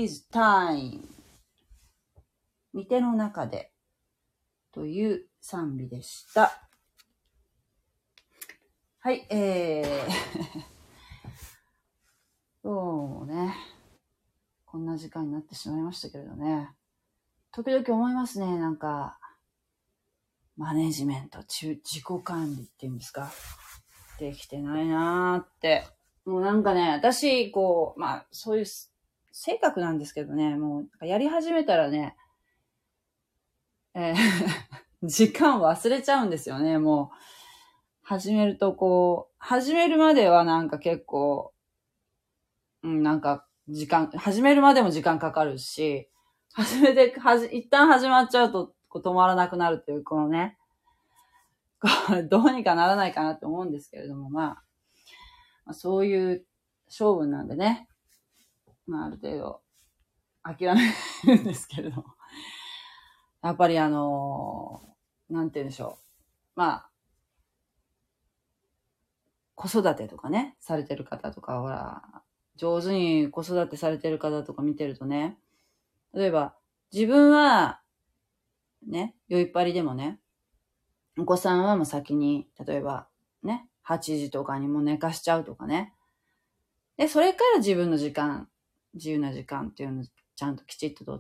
is time 御手の中でという賛美でした。はい、そうね、こんな時間になってしまいましたけれどね、時々思いますね、なんかマネジメント、自己管理っていうんですか、できてないなーって。もうなんかね、私そういう性格なんですけどね、もうやり始めたらね、時間忘れちゃうんですよね。もう始めると始めるまではなんか結構、なんか始めるまでも時間かかるし、一旦始まっちゃうと止まらなくなるっていう、このね、どうにかならないかなって思うんですけれども、まあ、そういう勝負なんでね、まあある程度諦めるんですけれども、やっぱりなんて言うんでしょう。まあ、子育てとかね、されてる方とか、ほら、上手に子育てされてる方とか見てるとね、例えば、自分は、ね、酔いっぱりでもね、お子さんはもう先に、例えば、ね、8時とかにもう寝かしちゃうとかね。で、それから自分の時間、自由な時間っていうのをちゃんときちっととって、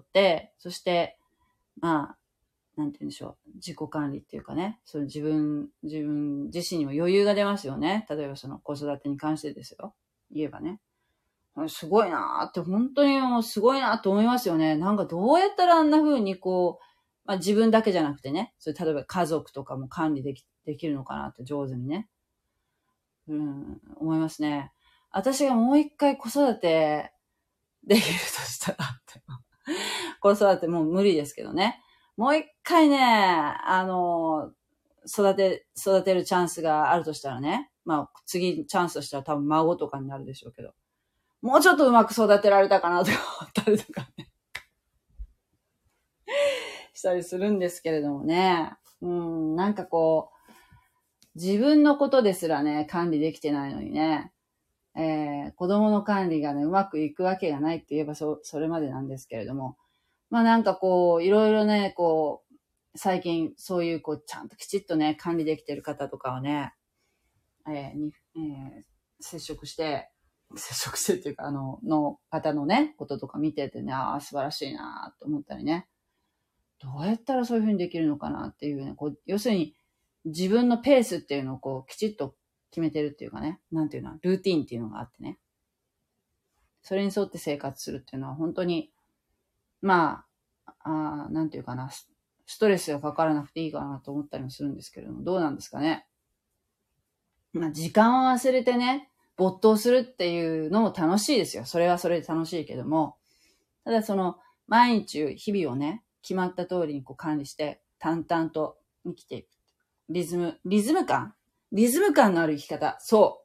そして、まあ、なんて言うんでしょう。自己管理っていうかね。その自分自身にも余裕が出ますよね。例えばその子育てに関してですよ。言えばね。すごいなーって、本当にもうすごいなーと思いますよね。なんかどうやったらあんな風に自分だけじゃなくてね。それ例えば家族とかも管理できるのかなって上手にね。思いますね。私がもう一回子育てできるとしたらって。子育てもう無理ですけどね。もう一回ね、育てるチャンスがあるとしたらね。まあ、次チャンスとしたら多分孫とかになるでしょうけど。もうちょっとうまく育てられたかなとか思ったりとかね。したりするんですけれどもね。なんか自分のことですらね、管理できてないのにね。子供の管理がね、うまくいくわけがないって言えばそれまでなんですけれども。まあなんかいろいろね、最近そういうちゃんときちっとね、管理できてる方とかはね、接触してっていうか、の方のね、こととか見ててね、素晴らしいなと思ったりね。どうやったらそういう風にできるのかなっていうね、要するに自分のペースっていうのをきちっと決めてるっていうかね、なんていうの、ルーティーンっていうのがあってね。それに沿って生活するっていうのは本当に、まあ、なんていうかな、ストレスがかからなくていいかなと思ったりもするんですけれども、どうなんですかね。まあ、時間を忘れてね、没頭するっていうのも楽しいですよ。それはそれで楽しいけども、ただ毎日、日々をね、決まった通りに管理して、淡々と生きていく。リズム感のある生き方。そう、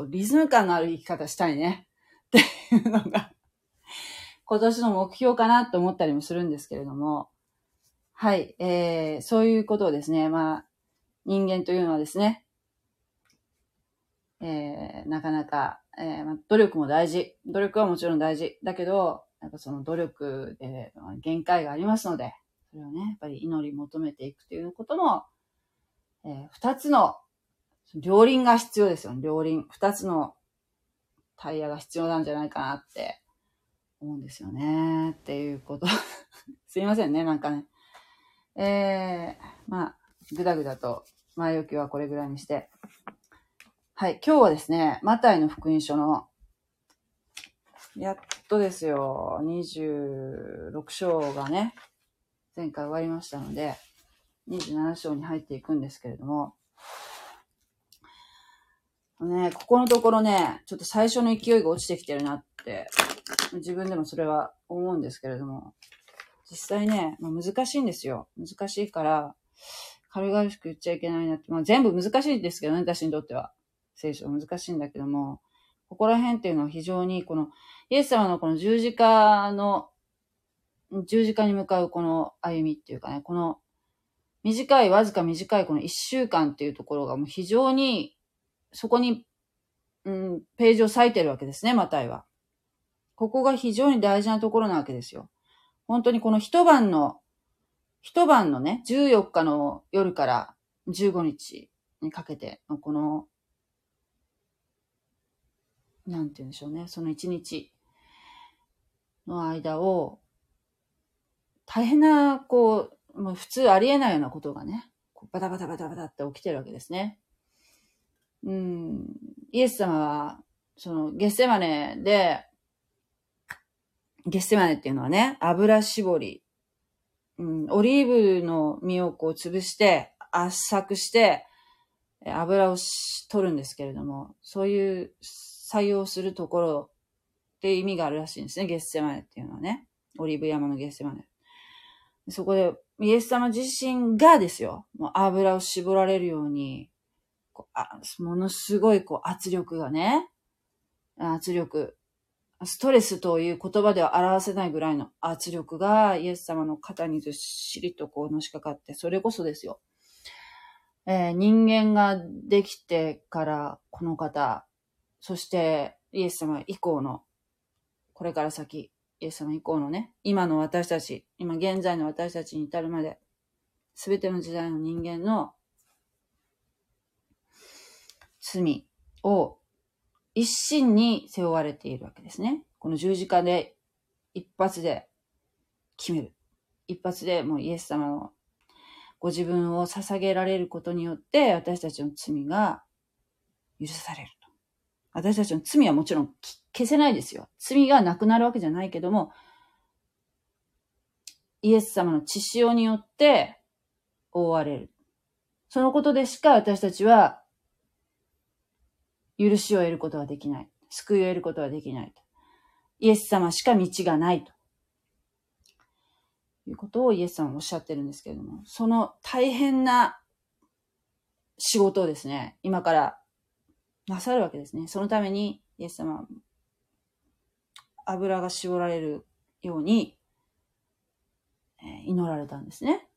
リズム感のある生き方したいね。っていうのが、今年の目標かなと思ったりもするんですけれども、はい、そういうことをですね、まあ、人間というのはですね、なかなか、努力も大事。努力はもちろん大事。だけど、やっぱその努力で限界がありますので、それをね、やっぱり祈り求めていくということも、二つの両輪が必要ですよね。両輪。二つのタイヤが必要なんじゃないかなって思うんですよね。っていうこと。すいませんね、なんかね。まあ、ぐだぐだと前置きはこれぐらいにして。はい、今日はですね、マタイの福音書の、やっとですよ、26章がね、前回終わりましたので、27章に入っていくんですけれども、ね、ここのところね、ちょっと最初の勢いが落ちてきてるなって、自分でもそれは思うんですけれども、実際ね、難しいんですよ。難しいから、軽々しく言っちゃいけないなって、全部難しいですけどね、私にとっては。聖書は難しいんだけども、ここら辺っていうのは非常にイエス様のこの十字架に向かうこの歩みっていうかね、このわずか短いこの1週間っていうところがもう非常に、そこに、ページを割いてるわけですね、マタイは。 ここが非常に大事なところなわけですよ。本当にこの一晩のね、14日の夜から15日にかけてのこの、なんて言うんでしょうね、その1日の間を、大変な、もう普通ありえないようなことがね、バタバタバタバタって起きてるわけですね。イエス様は、そのゲッセマネっていうのはね、油絞り、オリーブの実を潰して、圧搾して、油を取るんですけれども、そういう作業をするところって意味があるらしいんですね、ゲッセマネっていうのはね。オリーブ山のゲッセマネ。そこで、イエス様自身がですよ、もう油を絞られるように、ものすごい圧力がね、ストレスという言葉では表せないぐらいの圧力がイエス様の肩にずっしりとのしかかって、それこそですよ。人間ができてからこの方、そしてイエス様以降の、これから先、イエス様以降のね、今の私たち、今現在の私たちに至るまで、すべての時代の人間の罪を一身に背負われているわけですね。この十字架で一発で決める。一発でもうイエス様のご自分を捧げられることによって私たちの罪が許されると。私たちの罪はもちろん消せないですよ。罪がなくなるわけじゃないけども、イエス様の血潮によって覆われる。そのことでしか私たちは許しを得ることはできない。救いを得ることはできない。イエス様しか道がないということをイエス様はおっしゃってるんですけれども、その大変な仕事をですね、今からなさるわけですね。そのためにイエス様は油が絞られるように祈られたんですね。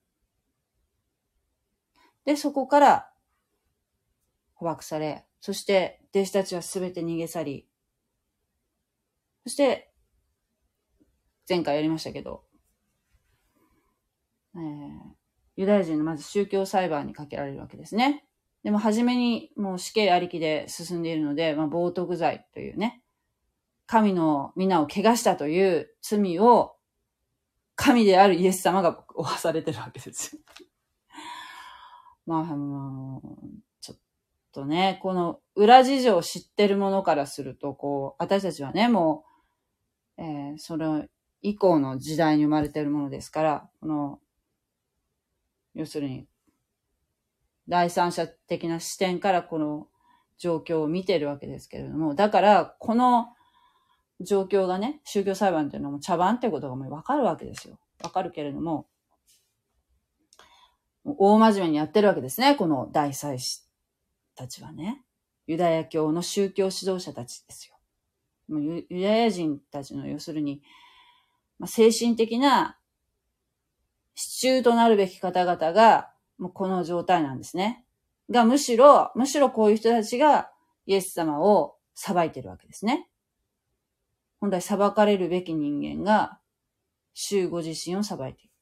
で、そこから捕獲され、そして弟子たちはすべて逃げ去り、そして前回やりましたけど、ユダヤ人のまず宗教裁判にかけられるわけですね。でも初めにもう死刑ありきで進んでいるので、冒涜罪というね、神の皆を汚したという罪を神であるイエス様が負わされてるわけですよ。ちょっとね、この裏事情を知ってるものからすると、私たちはね、もう、それ以降の時代に生まれているものですから、要するに、第三者的な視点からこの状況を見ているわけですけれども、だから、この状況がね、宗教裁判っていうのも茶番ってことがもうわかるわけですよ。わかるけれども、大真面目にやってるわけですね、この大祭司たちはね。ユダヤ教の宗教指導者たちですよ。もうユダヤ人たちの要するに、精神的な支柱となるべき方々が、もうこの状態なんですね。が、むしろこういう人たちがイエス様を裁いてるわけですね。本来裁かれるべき人間が、主ご自身を裁いてい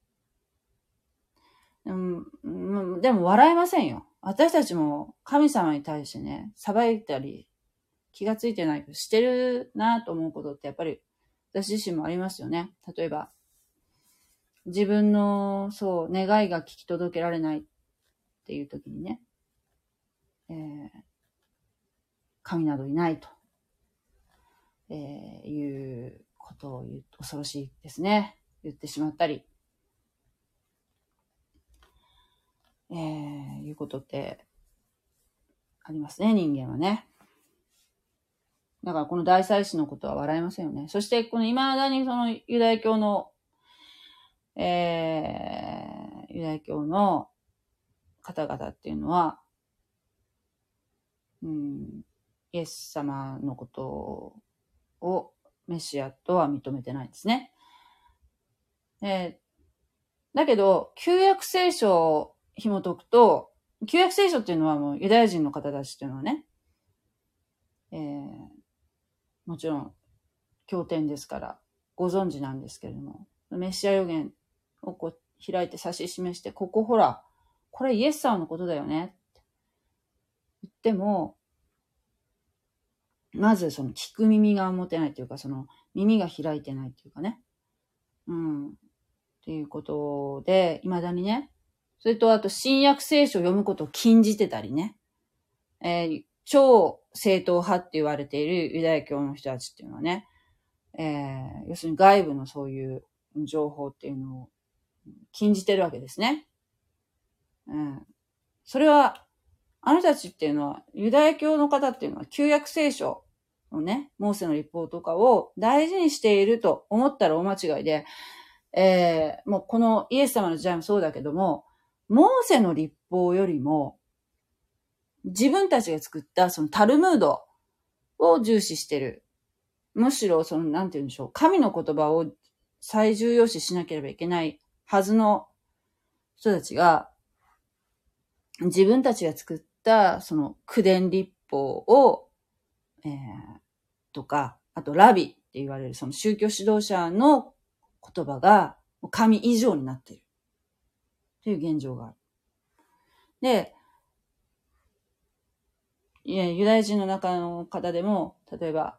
る。でも笑えませんよ。私たちも神様に対してね、裁いたり、気がついてないけど、してるなと思うことってやっぱり私自身もありますよね。例えば、自分の、願いが聞き届けられないっていう時にね、神などいないと、いうことを恐ろしいですね。言ってしまったり、いうことってありますね、人間はね。だからこの大祭司のことは笑えませんよね。そしてこの未だにそのユダヤ教の、ユダヤ教の方々っていうのは、イエス様のことをメシアとは認めてないんですね。だけど、旧約聖書を紐解くと、旧約聖書っていうのはもうユダヤ人の方たちっていうのはね、もちろん経典ですからご存知なんですけれども、メシア予言をこう開いて指し示して、ここほら、これイエス様のことだよねって言っても、まずその聞く耳が持てないというか、その耳が開いてないというかね。っていうことで、未だにね。それとあと新約聖書を読むことを禁じてたりね。超正統派って言われているユダヤ教の人たちっていうのはね、要するに外部のそういう情報っていうのを禁じてるわけですね。それは、あの人たちっていうのは、ユダヤ教の方っていうのは旧約聖書のね、モーセの律法とかを大事にしていると思ったら大間違いで、もうこのイエス様の時代もそうだけども、モーセの律法よりも、自分たちが作ったそのタルムードを重視してる。むしろその、なんて言うんでしょう、神の言葉を最重要視しなければいけないはずの人たちが、自分たちが作ったその口伝律法を、とか、あとラビって言われるその宗教指導者の言葉が神以上になっているという現状がある。で、ユダヤ人の中の方でも、例えば、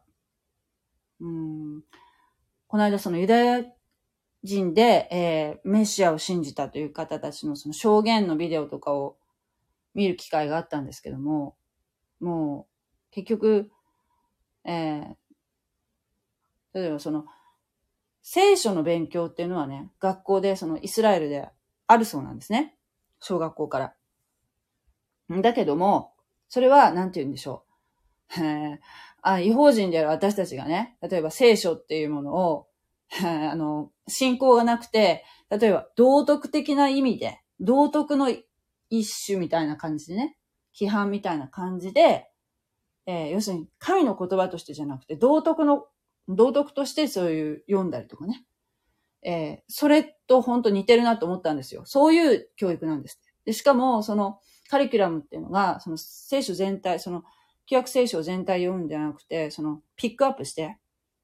この間そのユダヤ人で、メシアを信じたという方たちのその証言のビデオとかを見る機会があったんですけども、もう結局、例えばその聖書の勉強っていうのはね、学校でそのイスラエルであるそうなんですね。小学校から。だけども、それはなんて言うんでしょう。異邦人である私たちがね、例えば聖書っていうものを、信仰がなくて、例えば道徳的な意味で、道徳の一種みたいな感じでね、規範みたいな感じで、要するに神の言葉としてじゃなくて、道徳としてそういう読んだりとかね。それと本当似てるなと思ったんですよ。そういう教育なんです。で、しかも、そのカリキュラムっていうのが、その聖書全体、その旧約聖書全体読むんじゃなくて、そのピックアップして、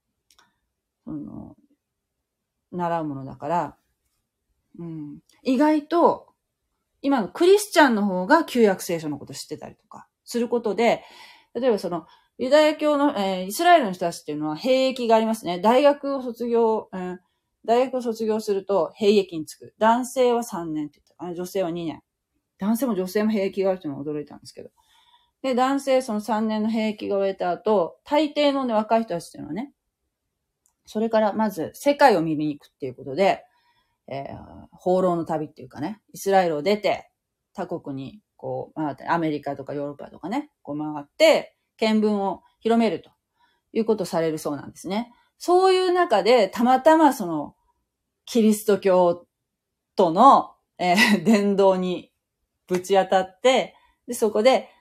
習うものだから、意外と、今のクリスチャンの方が旧約聖書のこと知ってたりとか、することで、例えばその、ユダヤ教の、イスラエルの人たちっていうのは兵役がありますね。大学を卒業すると兵役に就く。男性は3年って言ったかな。女性は2年。男性も女性も兵役があるっていうのは驚いたんですけど。で、男性その3年の兵役が終えた後、大抵のね、若い人たちっていうのはね、それからまず世界を見に行くっていうことで、放浪の旅っていうかね、イスラエルを出て、他国にこう、アメリカとかヨーロッパとかね、こう回って、見聞を広めるということをされるそうなんですね。そういう中で、たまたまその、キリスト教との、伝道にぶち当たって、で、そこで、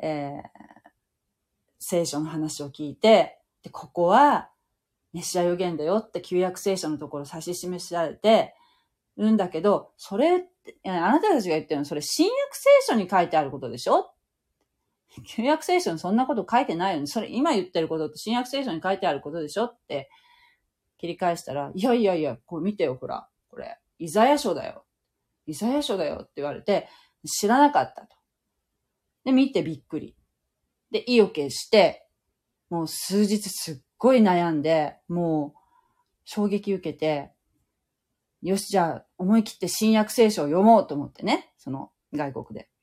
聖書の話を聞いて、で、ここは、メシア予言だよって旧約聖書のところ指し示されてるんだけど、それって、あなたたちが言ってるのはそれ新約聖書に書いてあることでしょ？旧約聖書にそんなこと書いてないよね。それ今言ってることって新約聖書に書いてあることでしょって切り返したら、いやいやいや、これ見てよ、ほら。これ、イザヤ書だよ。イザヤ書だよって言われて、知らなかったと。で、見てびっくり。で、意を決して、もう数日すっごい悩んで、もう衝撃受けて、よし、じゃあ思い切って新約聖書を読もうと思ってね、その外国で。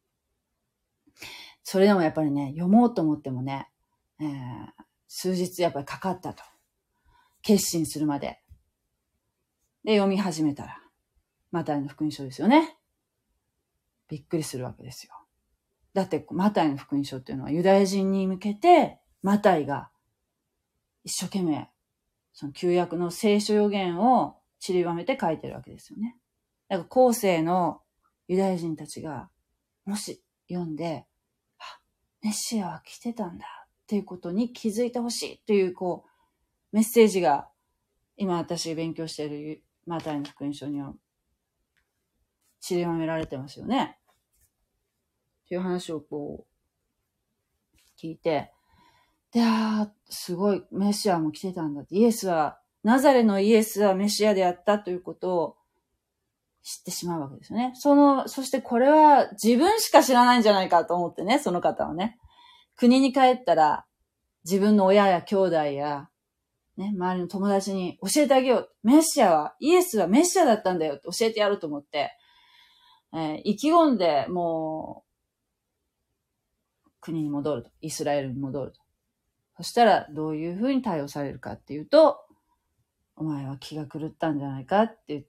それでもやっぱりね、読もうと思ってもね、数日やっぱりかかったと。決心するまで。で、読み始めたら、マタイの福音書ですよね。びっくりするわけですよ。だって、マタイの福音書っていうのはユダヤ人に向けて、マタイが一生懸命、その旧約の聖書予言を散りばめて書いてるわけですよね。だから後世のユダヤ人たちが、もし読んで、メシアは来てたんだっていうことに気づいてほしいという、こう、メッセージが、今私が勉強しているマタイの福音書には散りばめられてますよね。っていう話をこう、聞いて、 で、すごい、メシアも来てたんだって。ナザレのイエスはメシアであったということを知ってしまうわけですよね。そしてこれは自分しか知らないんじゃないかと思ってね、その方はね。国に帰ったら、自分の親や兄弟や、ね、周りの友達に教えてあげよう。イエスはメシアだったんだよって教えてやると思って、意気込んで、もう、国に戻ると。イスラエルに戻ると。そしたら、どういうふうに対応されるかっていうと、お前は気が狂ったんじゃないかって言って、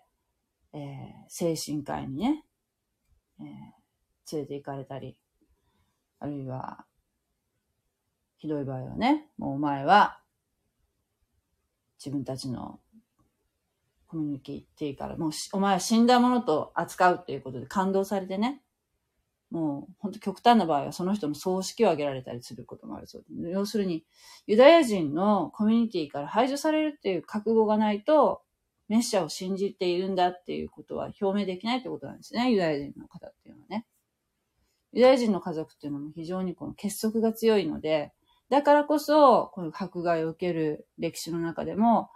精神科医にね、連れて行かれたり、あるいは、ひどい場合はね、もうお前は、自分たちのコミュニティから、もうお前は死んだものと扱うっていうことで感動されてね、もう本当極端な場合はその人の葬式を挙げられたりすることもあるそうで、要するにユダヤ人のコミュニティから排除されるっていう覚悟がないと、メシアを信じているんだっていうことは表明できないってことなんですね、ユダヤ人の方っていうのはね。ユダヤ人の家族っていうのも非常にこの結束が強いので、だからこそ、この迫害を受ける歴史の中でも、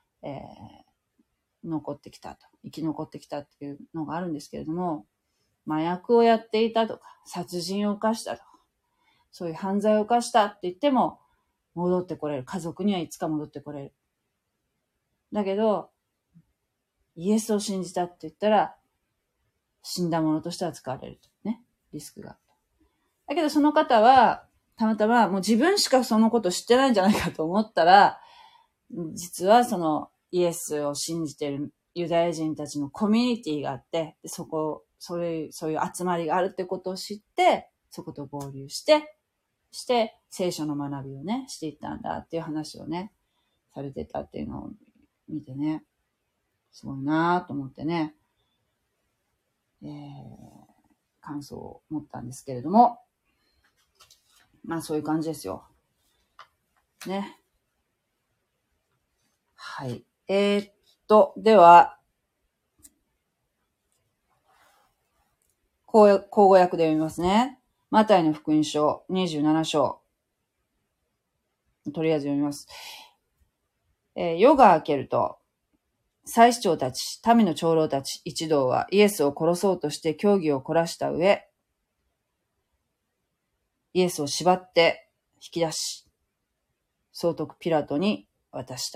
生き残ってきたっていうのがあるんですけれども、麻薬をやっていたとか、殺人を犯したとか、そういう犯罪を犯したって言っても、戻ってこれる。家族にはいつか戻ってこれる。だけど、イエスを信じたって言ったら、死んだ者として扱われるとね、リスクが。だけどその方は、たまたまもう自分しかそのこと知ってないんじゃないかと思ったら、実はそのイエスを信じているユダヤ人たちのコミュニティがあって、そういう集まりがあるってことを知って、そこと合流して、聖書の学びをね、していったんだっていう話をね、されてたっていうのを見てね、すごいなぁと思ってね、感想を持ったんですけれども、まあそういう感じですよ。ね。はい。では、口語訳で読みますね。マタイの福音書27章。とりあえず読みます。夜が明けると、祭司長たち、民の長老たち一同はイエスを殺そうとして教義を凝らした上、イエスを縛って引き出し、総督ピラトに渡した。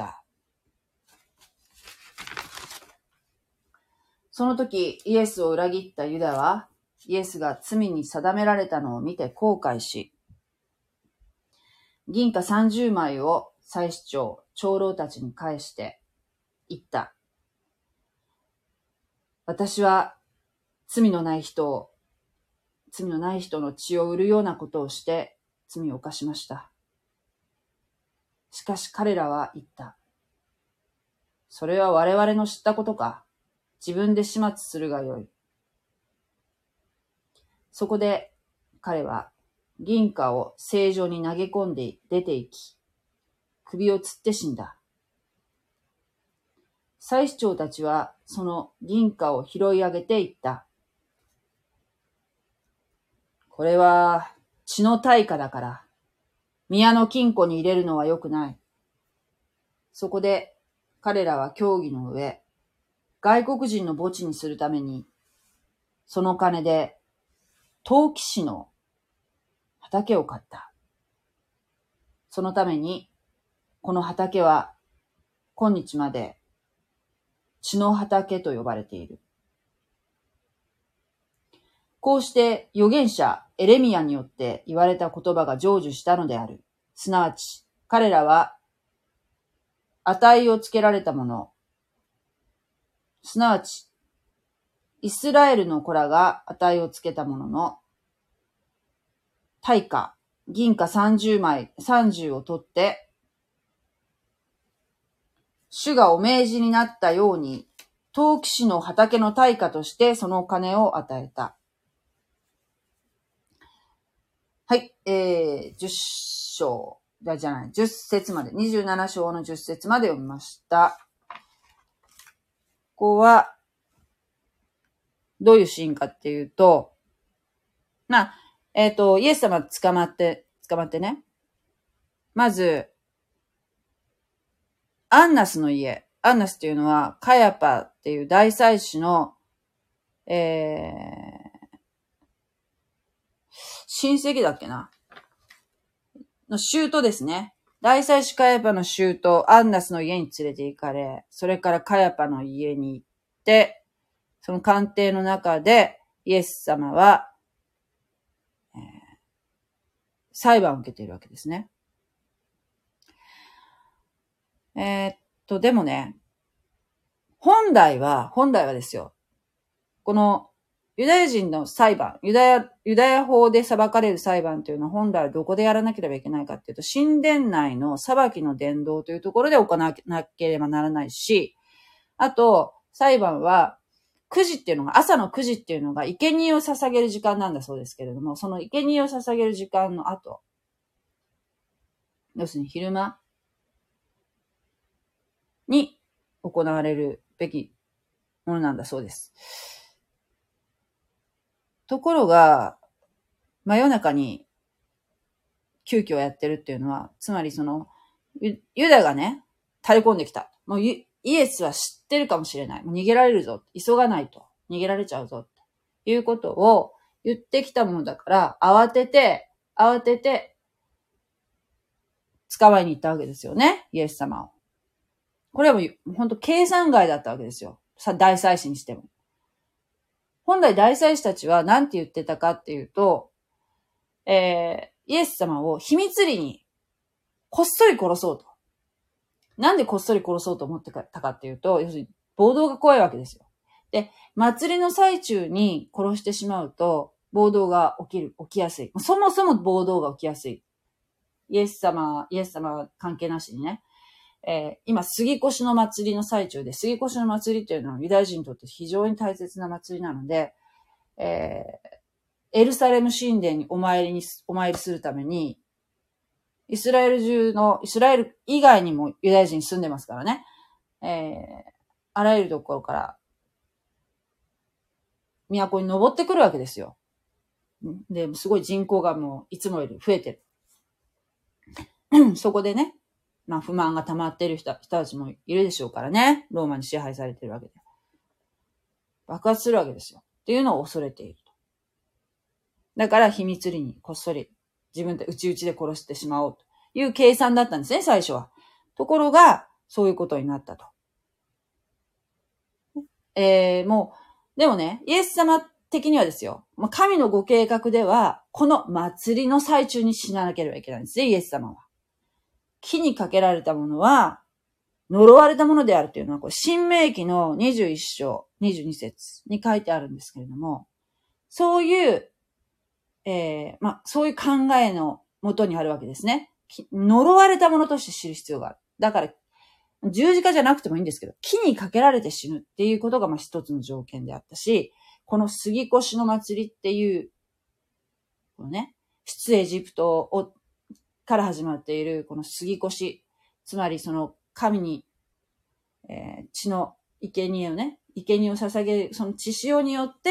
その時、イエスを裏切ったユダは、イエスが罪に定められたのを見て後悔し、銀貨30枚を祭司長、長老たちに返して言った。私は罪のない人の血を売るようなことをして罪を犯しました。しかし彼らは言った。それは我々の知ったことか。自分で始末するがよい。そこで彼は銀貨を聖所に投げ込んで出て行き、首を吊って死んだ。祭司長たちはその銀貨を拾い上げていった。これは血の対価だから、宮の金庫に入れるのは良くない。そこで彼らは協議の上、外国人の墓地にするために、その金で陶器師の畑を買った。そのために、この畑は今日まで血の畑と呼ばれている。こうして預言者エレミヤによって言われた言葉が成就したのである。すなわち、彼らは値をつけられたもの、すなわち、イスラエルの子らが値をつけたものの、対価、銀貨30を取って、主がお命じになったように、陶器師の畑の対価としてその金を与えた。はい、10節まで、27章の10節まで読みました。ここは、どういうシーンかっていうと、イエス様捕まってね、 まず、アンナスの家。アンナスっていうのは、カヤパっていう大祭司の、親戚だっけなの舅ですね。大祭司カヤパの舅、アンナスの家に連れて行かれ、それからカヤパの家に行って、その官邸の中で、イエス様は、裁判を受けているわけですね。でもね、本来はですよ。このユダヤ人の裁判、ユダヤ法で裁かれる裁判というのは本来はどこでやらなければいけないかっていうと、神殿内の裁きの殿堂というところで行わなければならないし、あと、裁判は、朝の9時っていうのが、生贄を捧げる時間なんだそうですけれども、その生贄を捧げる時間の後、要するに昼間に行われるべきものなんだそうです。ところが、真夜中に急遽やってるっていうのは、つまりユダがね、垂れ込んできた。もうイエスは知ってるかもしれない。もう逃げられるぞ。急がないと。逃げられちゃうぞ。っていうことを言ってきたものだから、慌てて、捕まえに行ったわけですよね。イエス様を。これはもう、本当計算外だったわけですよ。大祭司にしても。本来大祭司たちは何て言ってたかっていうと、イエス様を秘密裏にこっそり殺そうと。なんでこっそり殺そうと思ってたかっていうと、要するに暴動が怖いわけですよ。で、祭りの最中に殺してしまうと、暴動が起きやすい。そもそも暴動が起きやすい。イエス様関係なしにね。今、杉越の祭りの最中で、杉越の祭りっていうのはユダヤ人にとって非常に大切な祭りなので、エルサレム神殿にお参りするために、イスラエル以外にもユダヤ人住んでますからね。あらゆるところから、都に登ってくるわけですよ。で、すごい人口がもういつもより増えてる。そこでね、不満が溜まっている人たちもいるでしょうからね。ローマに支配されているわけで。爆発するわけですよ。っていうのを恐れていると。だから秘密裏にこっそり自分で内々で殺してしまおうという計算だったんですね、最初は。ところが、そういうことになったと。でもね、イエス様的にはですよ、神のご計画では、この祭りの最中に死ななければいけないんですね、イエス様は。木にかけられたものは、呪われたものであるというのは、これ、申命記の21章、22節に書いてあるんですけれども、そういう、そういう考えのもとにあるわけですね。呪われたものとして知る必要がある。だから、十字架じゃなくてもいいんですけど、木にかけられて死ぬっていうことが一つの条件であったし、この杉越の祭りっていう、このね、出エジプトから始まっているこの杉越、つまりその神に、血の生贄を捧げる、その血潮によって、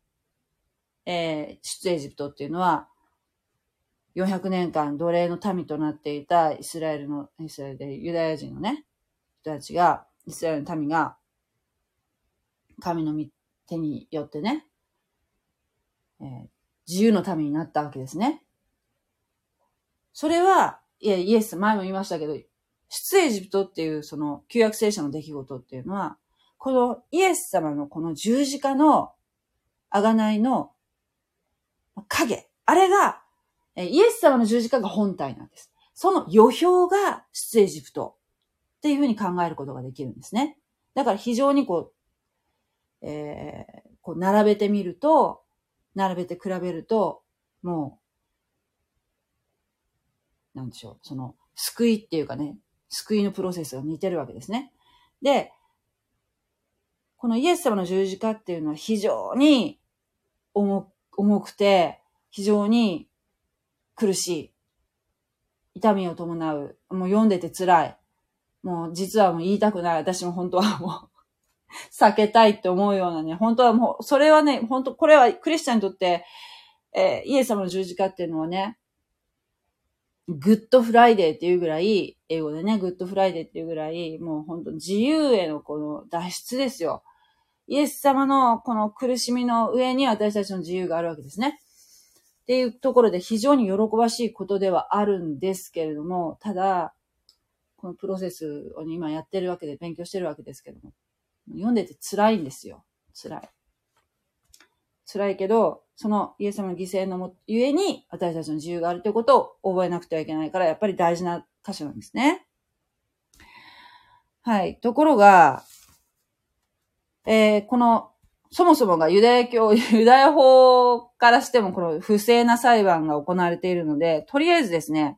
出エジプトっていうのは、400年間奴隷の民となっていたイスラエルでユダヤ人のね、人たちが、イスラエルの民が、神の手によってね、自由の民になったわけですね。それは、イエス、前も言いましたけど、出エジプトっていうその旧約聖書の出来事っていうのは、このイエス様のこの十字架の贖いの影、あれが、イエス様の十字架が本体なんです。その予表が出エジプトっていうふうに考えることができるんですね。だから非常にこう並べて比べると、もう、なんでしょう、その救いっていうかね、救いのプロセスが似てるわけですね。で、このイエス様の十字架っていうのは非常に重くて、非常に苦しい。痛みを伴う。もう読んでて辛い。もう実はもう言いたくない。私も本当はもう避けたいって思うようなね。本当はもう、それはね、本当これはクリスチャンにとって、イエス様の十字架っていうのはね、 グッドフライデーっていうぐらい、英語でね、グッドフライデーっていうぐらい、もう本当自由へのこの脱出ですよ。イエス様のこの苦しみの上に私たちの自由があるわけですね。っていうところで非常に喜ばしいことではあるんですけれども、ただ、このプロセスを今やってるわけで、勉強してるわけですけども、読んでて辛いんですよ。辛いけど、そのイエス様の犠牲のゆえに私たちの自由があるということを覚えなくてはいけないから、やっぱり大事な箇所なんですね。はい。ところが、この、そもそもがユダヤ法からしてもこの不正な裁判が行われているので、とりあえずですね、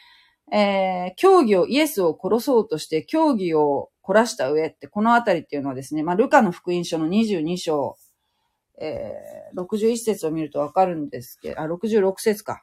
イエスを殺そうとして教義を凝らした上って、このあたりっていうのはですね、ルカの福音書の22章、61節を見るとわかるんですけど、66節か。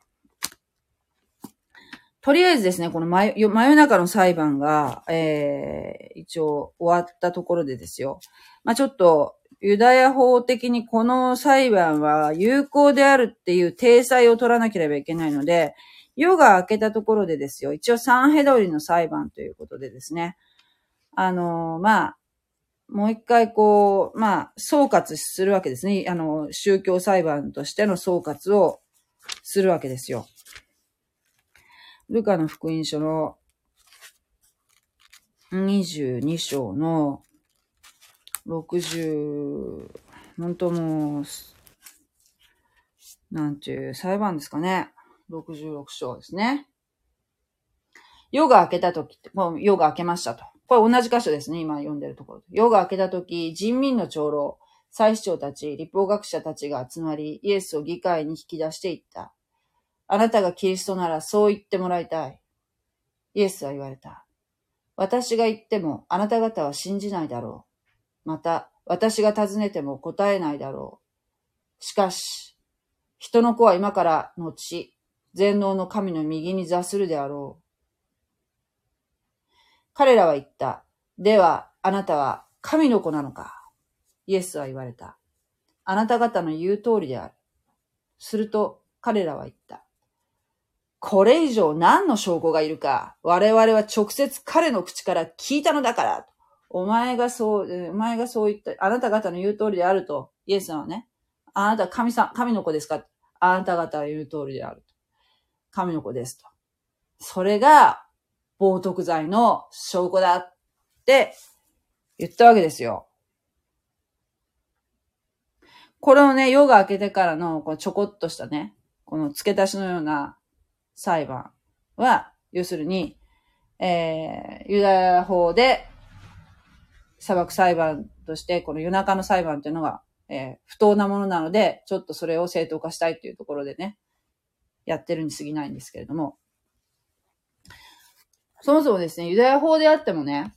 とりあえずですね、この真夜中の裁判が、一応終わったところでですよ。ちょっと、ユダヤ法的にこの裁判は有効であるっていう体裁を取らなければいけないので、夜が明けたところでですよ、一応サンヘドリの裁判ということでですね、もう一回総括するわけですね。宗教裁判としての総括をするわけですよ。ルカの福音書の22章の60、本当もう、なんていう裁判ですかね。66章ですね。夜が明けたとき、もう夜が明けましたと。これ同じ箇所ですね、今読んでるところ。夜が明けたとき、人民の長老、祭司長たち、律法学者たちが集まり、イエスを議会に引き出していった。あなたがキリストならそう言ってもらいたい。イエスは言われた。私が言ってもあなた方は信じないだろう。また、私が尋ねても答えないだろう。しかし、人の子は今から後、全能の神の右に座するであろう。彼らは言った。では、あなたは神の子なのか。イエスは言われた。あなた方の言う通りである。すると、彼らは言った。これ以上何の証拠がいるか。我々は直接彼の口から聞いたのだから。お前がそう言った。あなた方の言う通りであると。イエスさんはね。あなた神の子ですか。あなた方が言う通りであると。神の子ですと。それが、冒涜罪の証拠だって言ったわけですよ。これをね、夜が明けてからのこのちょこっとしたね、この付け足しのような裁判は、要するに、ユダヤ法で裁く裁判として、この夜中の裁判というのが、不当なものなので、ちょっとそれを正当化したいというところでね、やってるに過ぎないんですけれども、そもそもですね、ユダヤ法であってもね、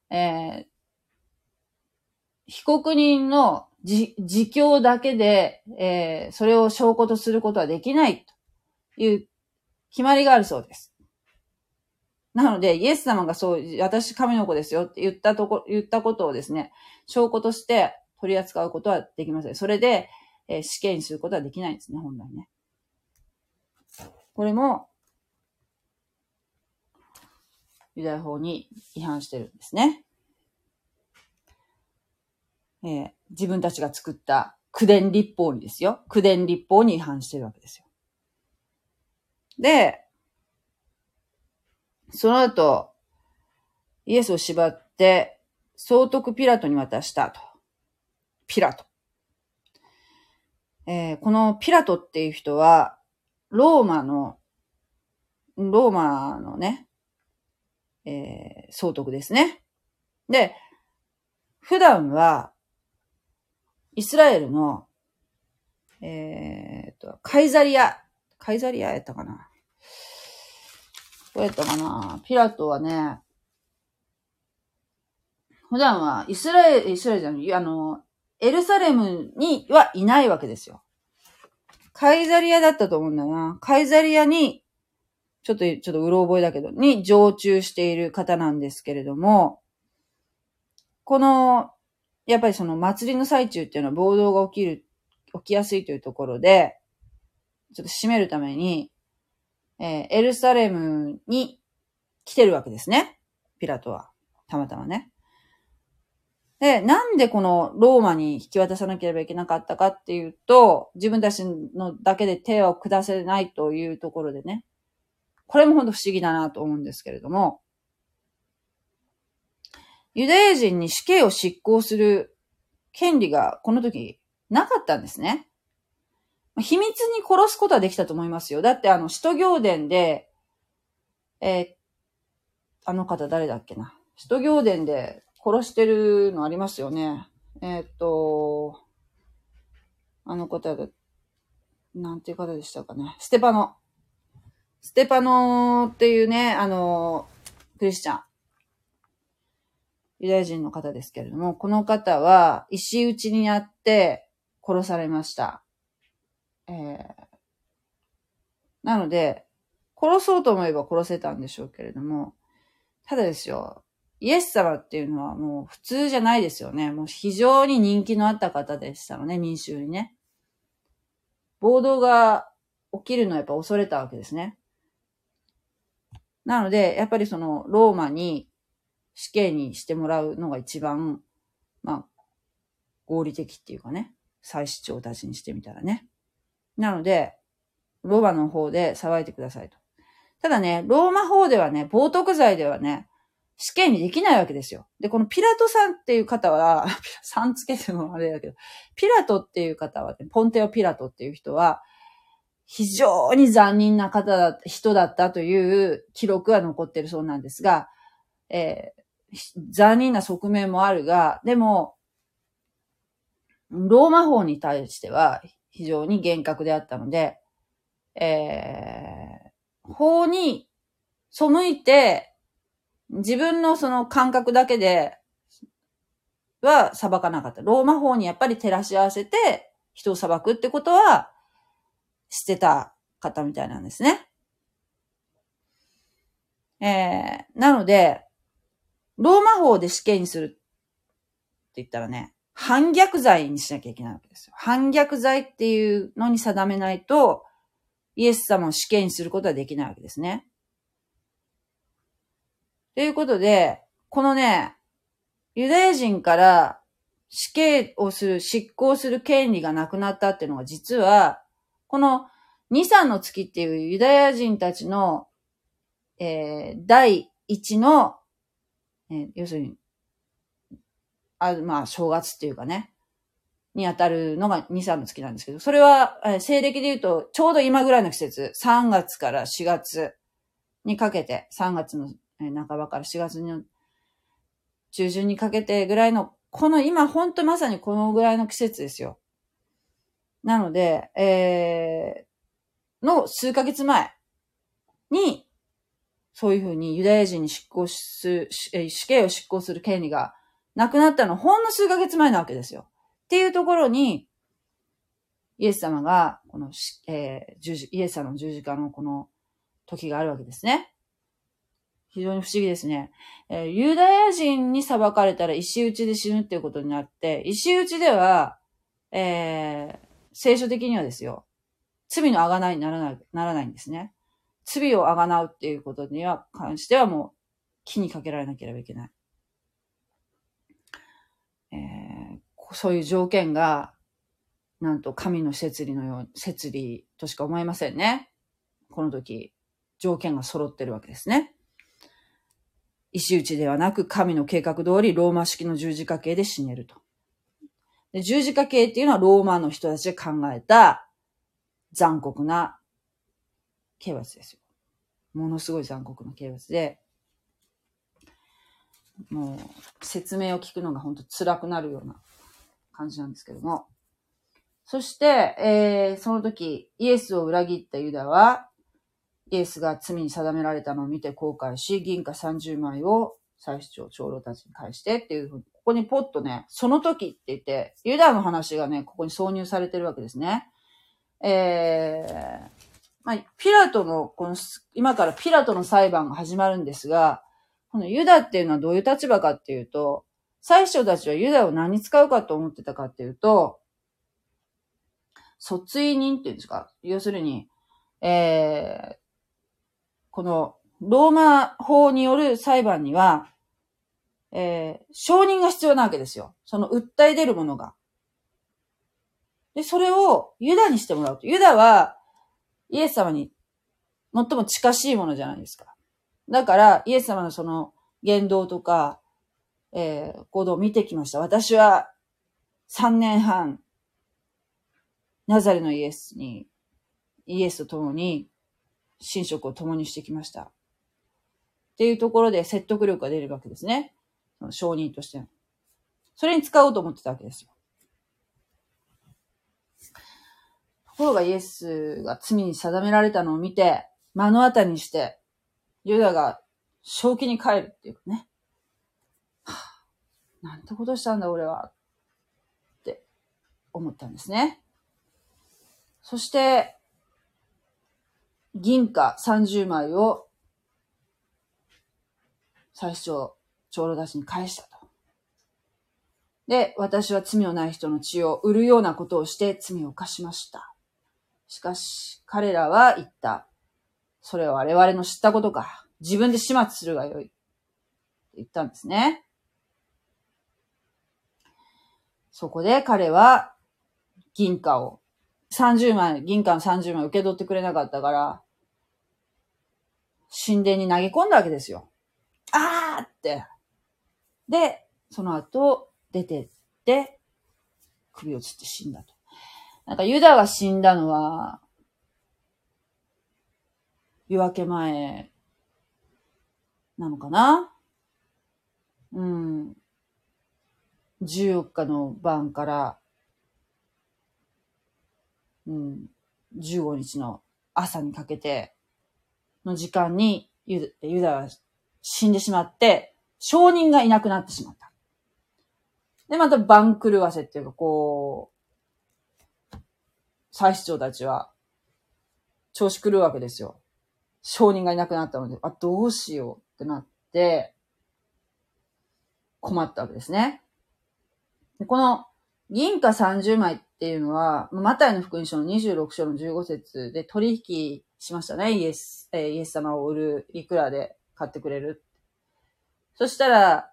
被告人の自供だけで、それを証拠とすることはできないという決まりがあるそうです。なので、イエス様が私神の子ですよって言ったことをですね、証拠として取り扱うことはできません。それで、死刑にすることはできないんですね、本来ね。これも、ユダヤ法に違反してるんですね。自分たちが作った九伝律法にですよ。九伝律法に違反してるわけですよ。で、その後、イエスを縛って、総督ピラトに渡したと。ピラト。このピラトっていう人は、ローマのね、総督ですね。で、普段は、イスラエルの、カイザリアやったかな。どうやったかな。ピラトはね、普段はイスラエルじゃない、エルサレムにはいないわけですよ。カイザリアだったと思うんだな。カイザリアに、ちょっとうろ覚えだけど、に常駐している方なんですけれども、やっぱりその祭りの最中っていうのは暴動が起きやすいというところで、ちょっと締めるために、 エルサレムに来てるわけですね。ピラトは。たまたまね。で、なんでこのローマに引き渡さなければいけなかったかっていうと、自分たちのだけで手を下せないというところでね。これも本当不思議だなと思うんですけれども、ユダヤ人に死刑を執行する権利がこの時なかったんですね。秘密に殺すことはできたと思いますよ。だって使徒行伝で、あの方誰だっけな。使徒行伝で殺してるのありますよね。あの方が、なんていう方でしたかね。ステパノっていうね、クリスチャン。ユダヤ人の方ですけれども、この方は石打ちにあって殺されました。なので、殺そうと思えば殺せたんでしょうけれども、ただですよ、イエス様っていうのはもう普通じゃないですよね。もう非常に人気のあった方でしたのね、民衆にね。暴動が起きるのをやっぱ恐れたわけですね。なので、やっぱりそのローマに死刑にしてもらうのが一番、合理的っていうかね、祭司長たちにしてみたらね。なので、ローマの方で騒いでくださいと。ただね、ローマ法ではね、冒涜罪ではね、死刑にできないわけですよ。で、このピラトさんっていう方は、さんつけてもあれだけど、ピラトっていう方は、ね、ポンテオ・ピラトっていう人は、非常に残忍な人だったという記録は残ってるそうなんですが、残忍な側面もあるが、でも、ローマ法に対しては非常に厳格であったので、法に背いて、自分のその感覚だけでは裁かなかった。ローマ法にやっぱり照らし合わせて人を裁くってことはしてた方みたいなんですね。なので、ローマ法で死刑にするって言ったらね、反逆罪にしなきゃいけないわけですよ。反逆罪っていうのに定めないと、イエス様を死刑にすることはできないわけですね。ということで、このね、ユダヤ人から死刑をする、執行する権利がなくなったっていうのが実は、この2、3の月っていうユダヤ人たちの、第一の、要するに、正月っていうかね、に当たるのが2、3の月なんですけど、それは、西暦で言うと、ちょうど今ぐらいの季節、3月から4月にかけて、3月の半ばから4月の中旬にかけてぐらいの、この今ほんとまさにこのぐらいの季節ですよ。なので、の数ヶ月前に、そういうふうにユダヤ人に死刑を執行する権利がなくなったのほんの数ヶ月前なわけですよ。っていうところに、イエス様が、この、イエス様の十字架のこの時があるわけですね。非常に不思議ですね。ユダヤ人に裁かれたら石打ちで死ぬっていうことになって、石打ちでは、聖書的にはですよ、罪の贖いにならないんですね。罪を贖うっていうことには関してはもう木にかけられなければいけない。そういう条件が、なんと神の摂理としか思えませんね。この時、条件が揃ってるわけですね。石打ちではなく神の計画通りローマ式の十字架刑で死ねると。で、十字架刑っていうのはローマの人たちで考えた残酷な刑罰ですよ。ものすごい残酷な刑罰で、もう説明を聞くのが本当辛くなるような感じなんですけども。そして、その時、イエスを裏切ったユダは、イエスが罪に定められたのを見て後悔し、銀貨30枚を祭司長、長老たちに返してっていうふうに、ここにポッとね、その時って言って、ユダの話がね、ここに挿入されてるわけですね。ピラトの、今からピラトの裁判が始まるんですが、このユダっていうのはどういう立場かっていうと、祭司長たちはユダを何に使うかと思ってたかっていうと、訴追人っていうんですか、要するに、 このローマ法による裁判には、証人が必要なわけですよ。その訴え出るものが。で、それをユダにしてもらうと。ユダはイエス様に最も近しいものじゃないですか。だから、イエス様のその言動とか、行動を見てきました。私は3年半、ナザレのイエスと共に、寝食を共にしてきました。っていうところで説得力が出るわけですね。証人としての。それに使おうと思ってたわけですよ。ところがイエスが罪に定められたのを見て、目の当たりにして、ユダが正気に帰るっていうかね。なんてことしたんだ俺は。って思ったんですね。そして、銀貨30枚を最初、長老たちに返したと。で、私は罪のない人の血を売るようなことをして罪を犯しました。しかし、彼らは言った。それは我々の知ったことか。自分で始末するがよい。って言ったんですね。そこで彼は銀貨の30枚受け取ってくれなかったから、神殿に投げ込んだわけですよ。あーって。で、その後、出てって、首を吊って死んだと。なんかユダが死んだのは、夜明け前なのかな14日の晩から、15日の朝にかけての時間にユダは死んでしまって、証人がいなくなってしまった。で、また番狂わせっていうか、祭司長たちは調子狂うわけですよ。証人がいなくなったので、どうしようってなって、困ったわけですね。でこの銀貨30枚っていうのは、マタイの福音書の26章の15節で取引しましたね。イエス様を売る、いくらで買ってくれる。そしたら、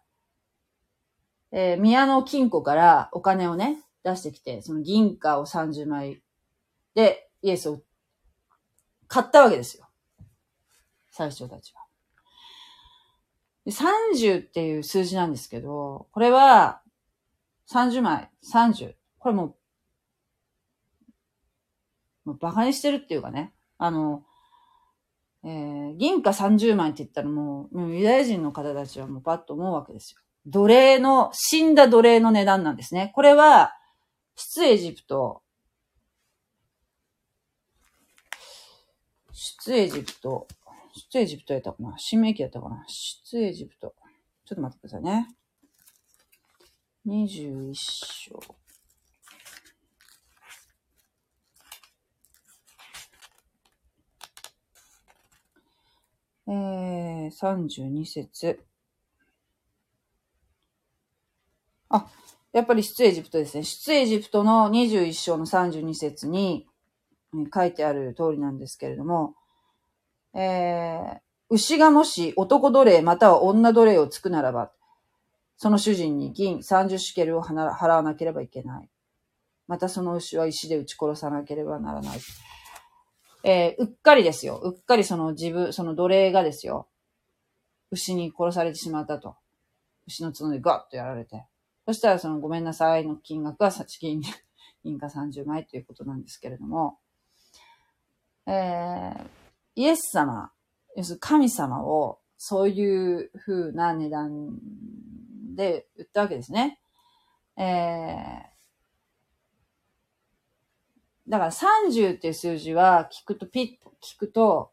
宮の金庫からお金をね、出してきて、その銀貨を30枚でイエスを買ったわけですよ。祭司長たちは。で30っていう数字なんですけど、これは30枚、30。これもうバカにしてるっていうかね。銀貨30枚って言ったらもうユダヤ人の方たちはもうパッと思うわけですよ。死んだ奴隷の値段なんですね。これは、出エジプトやったかな新明記やったかな出エジプト。ちょっと待ってくださいね。21章。32節。やっぱり出エジプトですね。出エジプトの21章の32節に書いてある通りなんですけれども、牛がもし男奴隷または女奴隷をつくならば、その主人に銀30シュケルを払わなければいけない。またその牛は石で撃ち殺さなければならない。うっかりですよ。うっかりその奴隷がですよ。牛に殺されてしまったと。牛の角でガッとやられて。そしたらそのごめんなさいの金額は銀貨30枚ということなんですけれども、イエス様、要するに神様をそういう風な値段で売ったわけですね。だから30っていう数字は聞くと、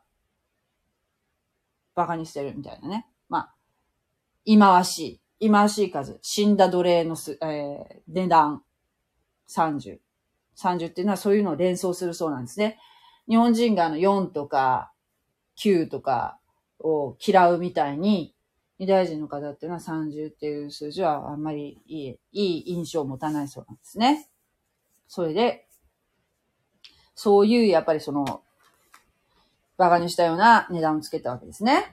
バカにしてるみたいなね。忌まわしい数。死んだ奴隷の値段。30。30っていうのはそういうのを連想するそうなんですね。日本人が4とか9とかを嫌うみたいに、ユダヤ人の方っていうのは30っていう数字はあんまりいい印象を持たないそうなんですね。それで、そういうやっぱりその、 バカにしたような値段をつけたわけですね。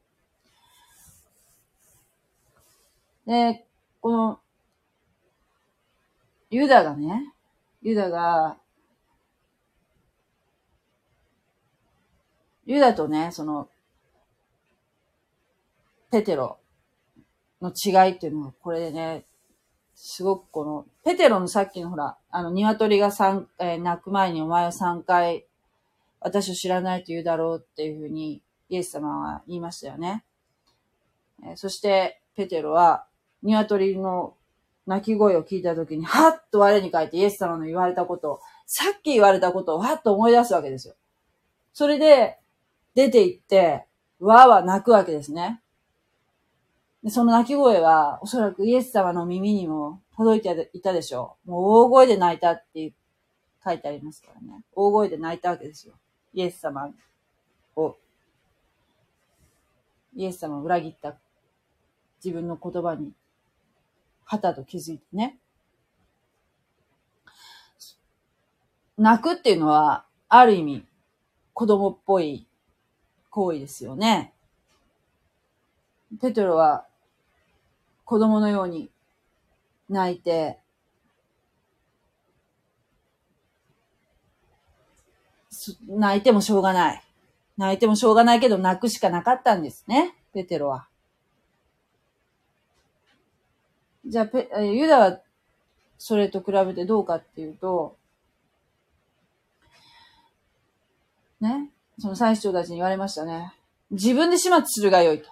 で、この、ユダとね、その、ペテロの違いっていうのは、これでね、すごくこの、ペテロのさっきのほら、鶏が鳴く前にお前は3回、私を知らないと言うだろうっていうふうに、イエス様は言いましたよね。そして、ペテロは、鶏の鳴き声を聞いたときに、はっと我に返ってイエス様の言われたことを、さっき言われたことをはっと思い出すわけですよ。それで、出て行って、わーわー泣くわけですね。でその泣き声は、おそらくイエス様の耳にも届いていたでしょう。もう大声で泣いたって書いてありますからね。大声で泣いたわけですよ。イエス様を裏切った自分の言葉に、はたと気づいてね。泣くっていうのは、ある意味、子供っぽい行為ですよね。ペテロは、子供のように泣いて、泣いてもしょうがない。泣いてもしょうがないけど泣くしかなかったんですね、ペテロは。じゃあ、ユダはそれと比べてどうかっていうと、ね、その祭司長たちに言われましたね。自分で始末するがよいと。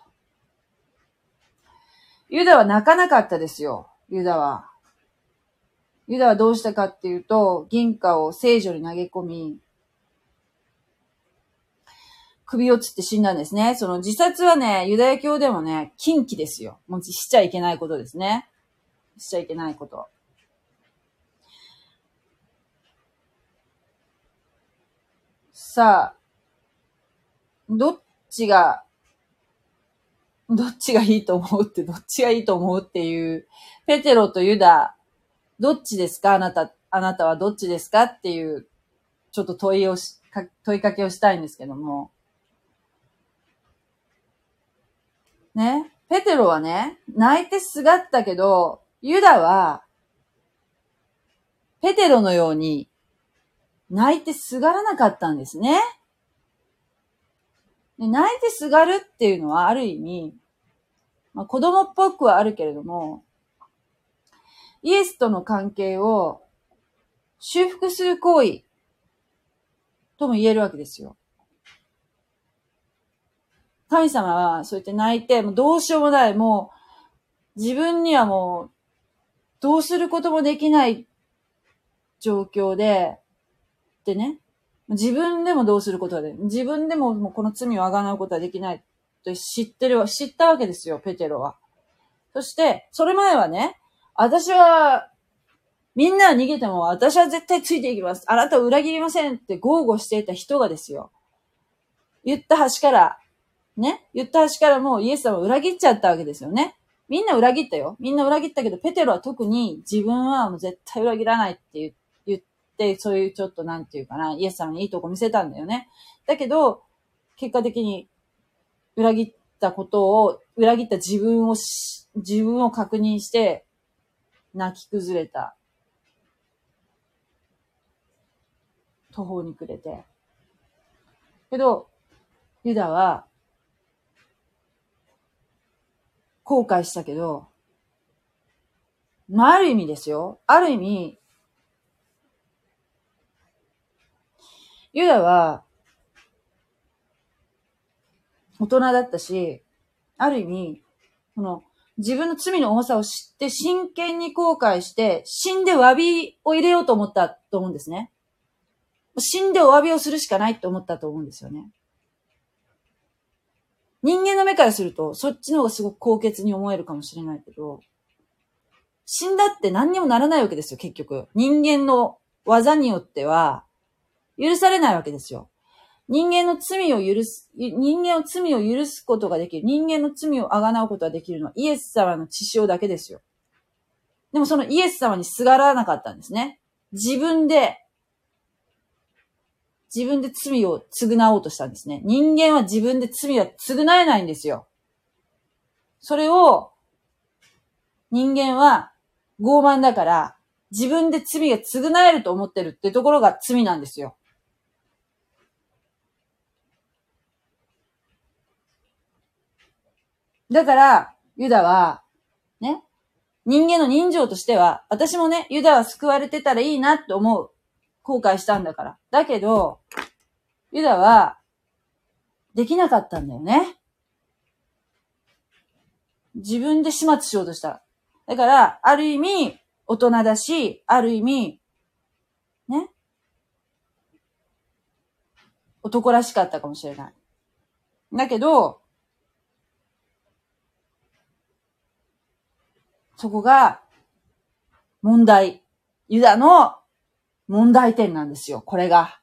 ユダは泣かなかったですよ、ユダはどうしたかっていうと、銀貨を聖女に投げ込み、首をつって死んだんですね。その自殺はね、ユダヤ教でもね、禁忌ですよ。もうしちゃいけないことですね。しちゃいけないこと。さあ、どっちがいいと思うっていう、ペテロとユダ、どっちですかあなたはどっちですかっていう、ちょっと問いかけをしたいんですけども。ね。ペテロはね、泣いてすがったけど、ユダは、ペテロのように、泣いてすがらなかったんですね。で泣いてすがるっていうのはある意味、子供っぽくはあるけれども、イエスとの関係を修復する行為とも言えるわけですよ。神様はそうやって泣いて、もうどうしようもない、もう自分にはもうどうすることもできない状況でね、自分でもどうすることができない。自分でももうこの罪をあがなうことはできないと知ったわけですよ、ペテロは。そして、それ前はね、みんなは逃げても私は絶対ついていきます。あなたを裏切りませんって豪語していた人がですよ。言った端からもうイエス様を裏切っちゃったわけですよね。みんな裏切ったよ。みんな裏切ったけど、ペテロは特に自分はもう絶対裏切らないって言って、そういうちょっとなんていうかな、イエス様にいいとこ見せたんだよね。だけど、結果的に裏切った自分を確認して、泣き崩れた。途方に暮れて。けど、ユダは、後悔したけど、ある意味ですよ。ある意味、ユダは、大人だったし、ある意味、自分の罪の重さを知って真剣に後悔して、死んで詫びを入れようと思ったと思うんですね。死んでお詫びをするしかないと思ったと思うんですよね。人間の目からすると、そっちの方がすごく高潔に思えるかもしれないけど、死んだって何にもならないわけですよ、結局。人間の技によっては、許されないわけですよ。人間の罪を許すことができる。人間の罪をあがなうことができるのはイエス様の血潮だけですよ。でもそのイエス様にすがらなかったんですね。自分で自分で罪を償おうとしたんですね。人間は自分で罪は償えないんですよ。それを、人間は傲慢だから、自分で罪が償えると思ってるってところが罪なんですよ。だから、ユダは、ね、人間の人情としては、私もね、ユダは救われてたらいいなって思う。後悔したんだから。だけど、ユダは、できなかったんだよね。自分で始末しようとした。だから、ある意味、大人だし、ある意味、ね、男らしかったかもしれない。だけど、そこが、問題。ユダの問題点なんですよ、これが。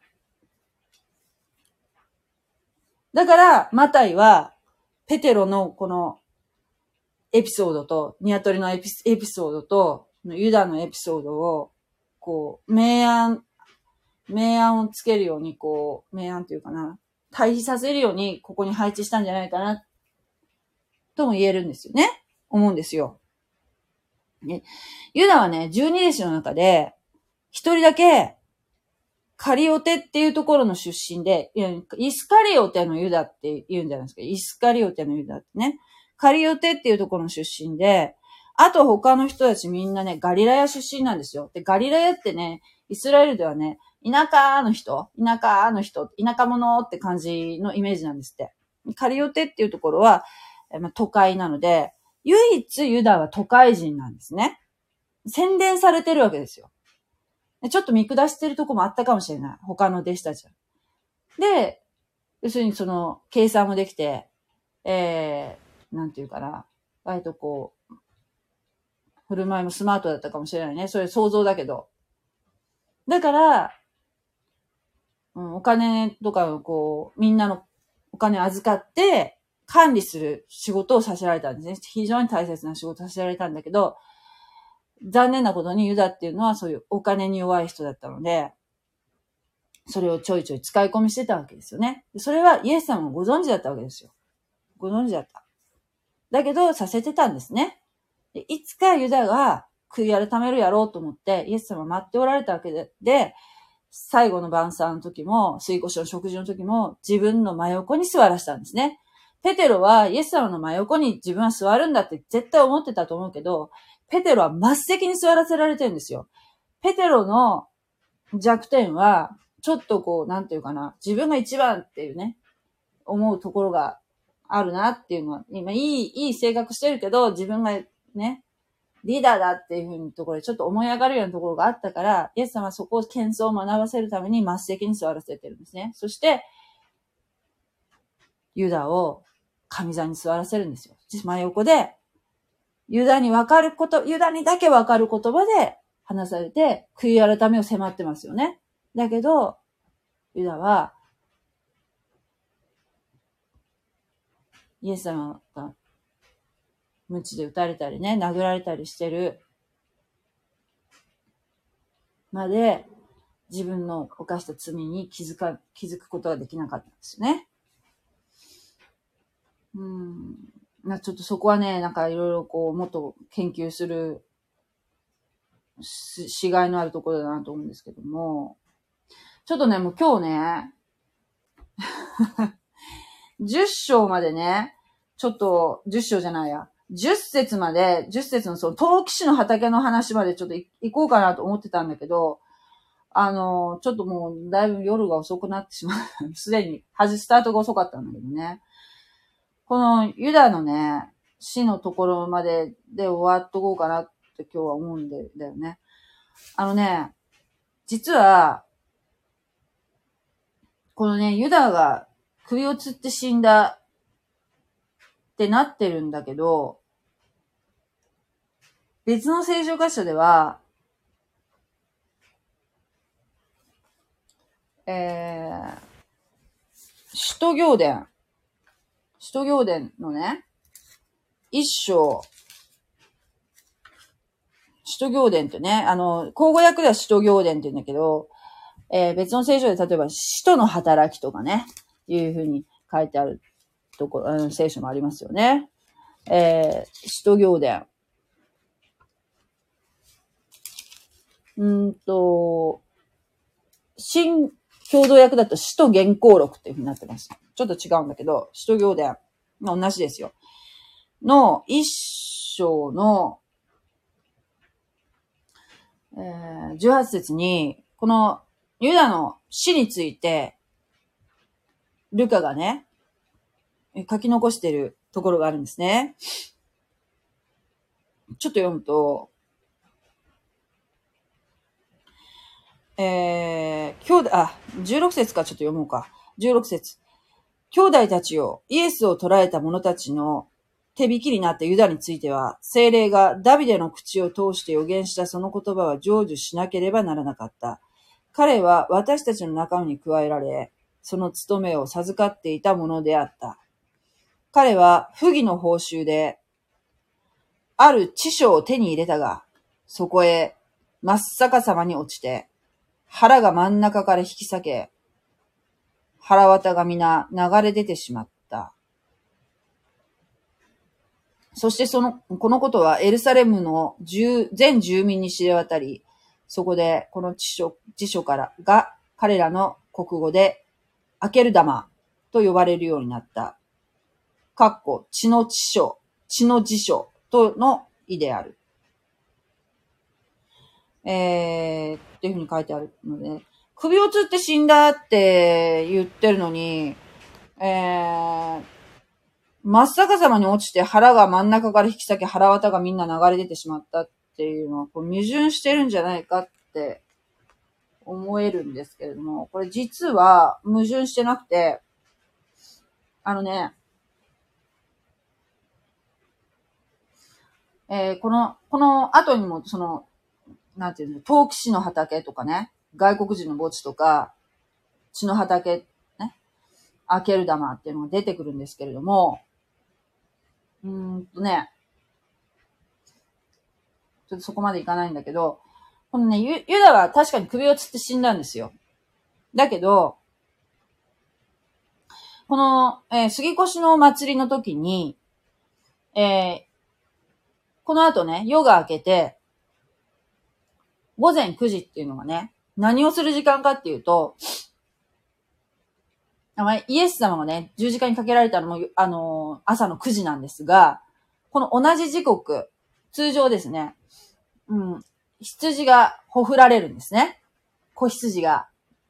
だから、マタイは、ペテロのこのエピソードと、ニワトリのエピソードと、ユダのエピソードを、こう、明暗をつけるように、こう、明暗というかな、対比させるように、ここに配置したんじゃないかな、とも言えるんですよね。思うんですよ。ね、ユダはね、12弟子の中で、一人だけ、カリオテっていうところの出身で、イスカリオテのユダって言うんじゃないですか。イスカリオテのユダってね。カリオテっていうところの出身で、あと他の人たちみんなね、ガリラヤ出身なんですよ。で、ガリラヤってね、イスラエルではね、田舎者って感じのイメージなんですって。カリオテっていうところは、都会なので、唯一ユダは都会人なんですね。洗練されてるわけですよ。ちょっと見下してるとこもあったかもしれない。他の弟子たちは。で、要するにその、計算もできて、なんていうかな。割とこう、振る舞いもスマートだったかもしれないね。それ想像だけど。だから、お金とかをこう、みんなのお金を預かって、管理する仕事をさせられたんですね。非常に大切な仕事をさせられたんだけど、残念なことにユダっていうのはそういうお金に弱い人だったので、それをちょいちょい使い込みしてたわけですよね。それはイエス様もご存知だったわけですよ。ご存知だった。だけど、させてたんですね。でいつかユダが悔い改めるやろうと思って、イエス様待っておられたわけで、最後の晩餐の時も、水越の食事の時も、自分の真横に座らせたんですね。ペテロはイエス様の真横に自分は座るんだって絶対思ってたと思うけど、ペテロは末席に座らせられてるんですよ。ペテロの弱点は、ちょっとこう、なんていうかな、自分が一番っていうね、思うところがあるなっていうのは、今いい性格してるけど、自分がね、リーダーだっていうふうなところでちょっと思い上がるようなところがあったから、イエス様はそこを謙遜を学ばせるために末席に座らせてるんですね。そして、ユダを神座に座らせるんですよ。真横で、ユダにだけわかる言葉で話されて、悔い改めを迫ってますよね。だけど、ユダは、イエス様が、鞭で打たれたりね、殴られたりしてるまで、自分の犯した罪に気づくことができなかったんですよね。ちょっとそこはね、なんかいろいろこう、もっと研究するしがいのあるところだなと思うんですけども、ちょっとね、もう今日ね、10章までね、ちょっと、10章じゃないや、10節まで、10節のその、陶器師の畑の話までちょっと行こうかなと思ってたんだけど、ちょっともう、だいぶ夜が遅くなってしまう。すでに、スタートが遅かったんだけどね。このユダのね、死のところまでで終わっとこうかなって今日は思うんだよね。実は、このね、ユダが首を吊って死んだってなってるんだけど、別の聖書箇所では、使徒行伝のね、一章、使徒行伝ってね、口語訳では使徒行伝って言うんだけど、 別の聖書で例えば、使徒の働きとかね、いうふうに書いてあるところ、聖書もありますよね。使徒行伝。新共同訳だと使徒原稿録っていうふうになってます。ちょっと違うんだけど、使徒行伝の同じですよ。の一章の、18節に、このユダの死について、ルカがね、書き残しているところがあるんですね。ちょっと読むと、16節からちょっと読もうか。16節。兄弟たちよ、イエスを捕らえた者たちの手引きになったユダについては、聖霊がダビデの口を通して予言したその言葉は成就しなければならなかった。彼は私たちの仲間に加えられ、その務めを授かっていたものであった。彼は不義の報酬で、ある知書を手に入れたが、そこへ真っ逆さまに落ちて、腹が真ん中から引き裂け、腹綿が皆流れ出てしまった。そしてこのことはエルサレムの全住民に知れ渡り、そこでこの辞書からが彼らの国語でアケルダマと呼ばれるようになった。血の辞書との意である。っていうふうに書いてあるので、首を吊って死んだって言ってるのに、真っ逆さまに落ちて腹が真ん中から引き裂け腹綿がみんな流れ出てしまったっていうのはこう矛盾してるんじゃないかって思えるんですけれども、これ実は矛盾してなくて、この後にもなんていうの、陶器師の畑とかね、外国人の墓地とか、血の畑、ね、アケルダマっていうのが出てくるんですけれども、ちょっとそこまでいかないんだけど、このね、ユダは確かに首を吊って死んだんですよ。だけど、この、杉越の祭りの時に、この後ね、夜が明けて、午前9時っていうのがね、何をする時間かっていうと、イエス様がね、十字架にかけられたのも、朝の9時なんですが、この同じ時刻、通常ですね、羊がほふられるんですね。子羊が、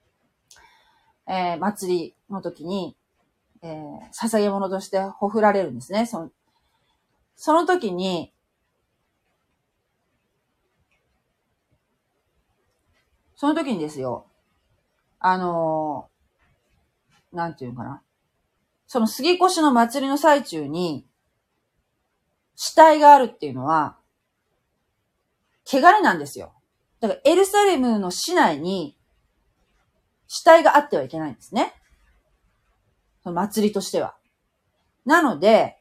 祭りの時に、捧げ物としてほふられるんですね。その時に、ですよ、なんていうのかな。その杉越の祭りの最中に、死体があるっていうのは、汚れなんですよ。だからエルサレムの市内に、死体があってはいけないんですね。その祭りとしては。なので、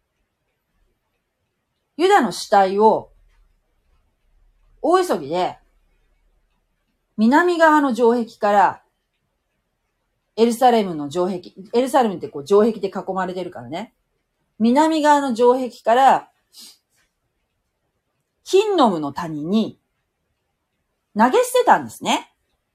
ユダの死体を、大急ぎで、南側の城壁から、エルサレムってこう城壁で囲まれてるからね。南側の城壁から、ヒンノムの谷に投げ捨てたんですね。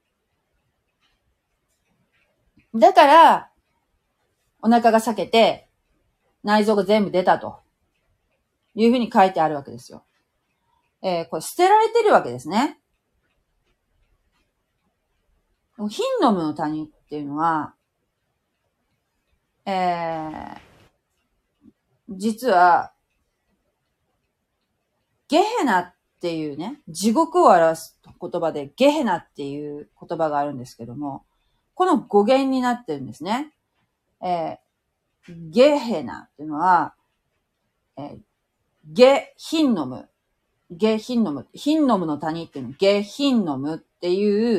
だから、お腹が裂けて、内臓が全部出たというふうに書いてあるわけですよ。これ捨てられてるわけですね。ヒンノムの谷っていうのは、実は、ゲヘナっていうね、地獄を表す言葉でゲヘナっていう言葉があるんですけども、この語源になってるんですね。ゲヘナっていうのは、ヒンノムの谷っていうの、ゲヒンノムっていう、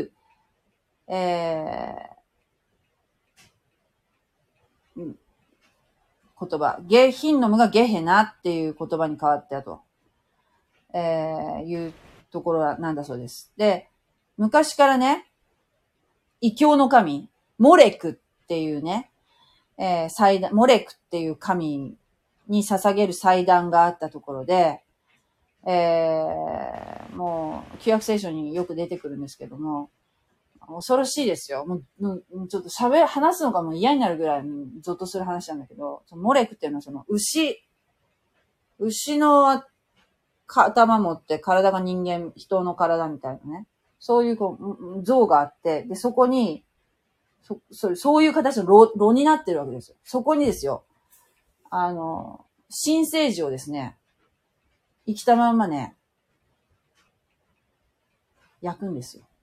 言葉、ゲヒンノムがゲヘナっていう言葉に変わったと、いうところなんだそうです。で、昔からね、 異教の神、モレクっていうね、モレクっていう神に捧げる祭壇があったところで、もう、旧約聖書によく出てくるんですけども、恐ろしいですよ。もうちょっと話すのがもう嫌になるぐらいゾッとする話なんだけど、そのモレクっていうのはその牛の頭持って体が人の体みたいなね。そういう像があって、で、そこに、そういう形の炉になってるわけですよ。そこにですよ、新生児をですね、生きたまんまね、焼くんですよ。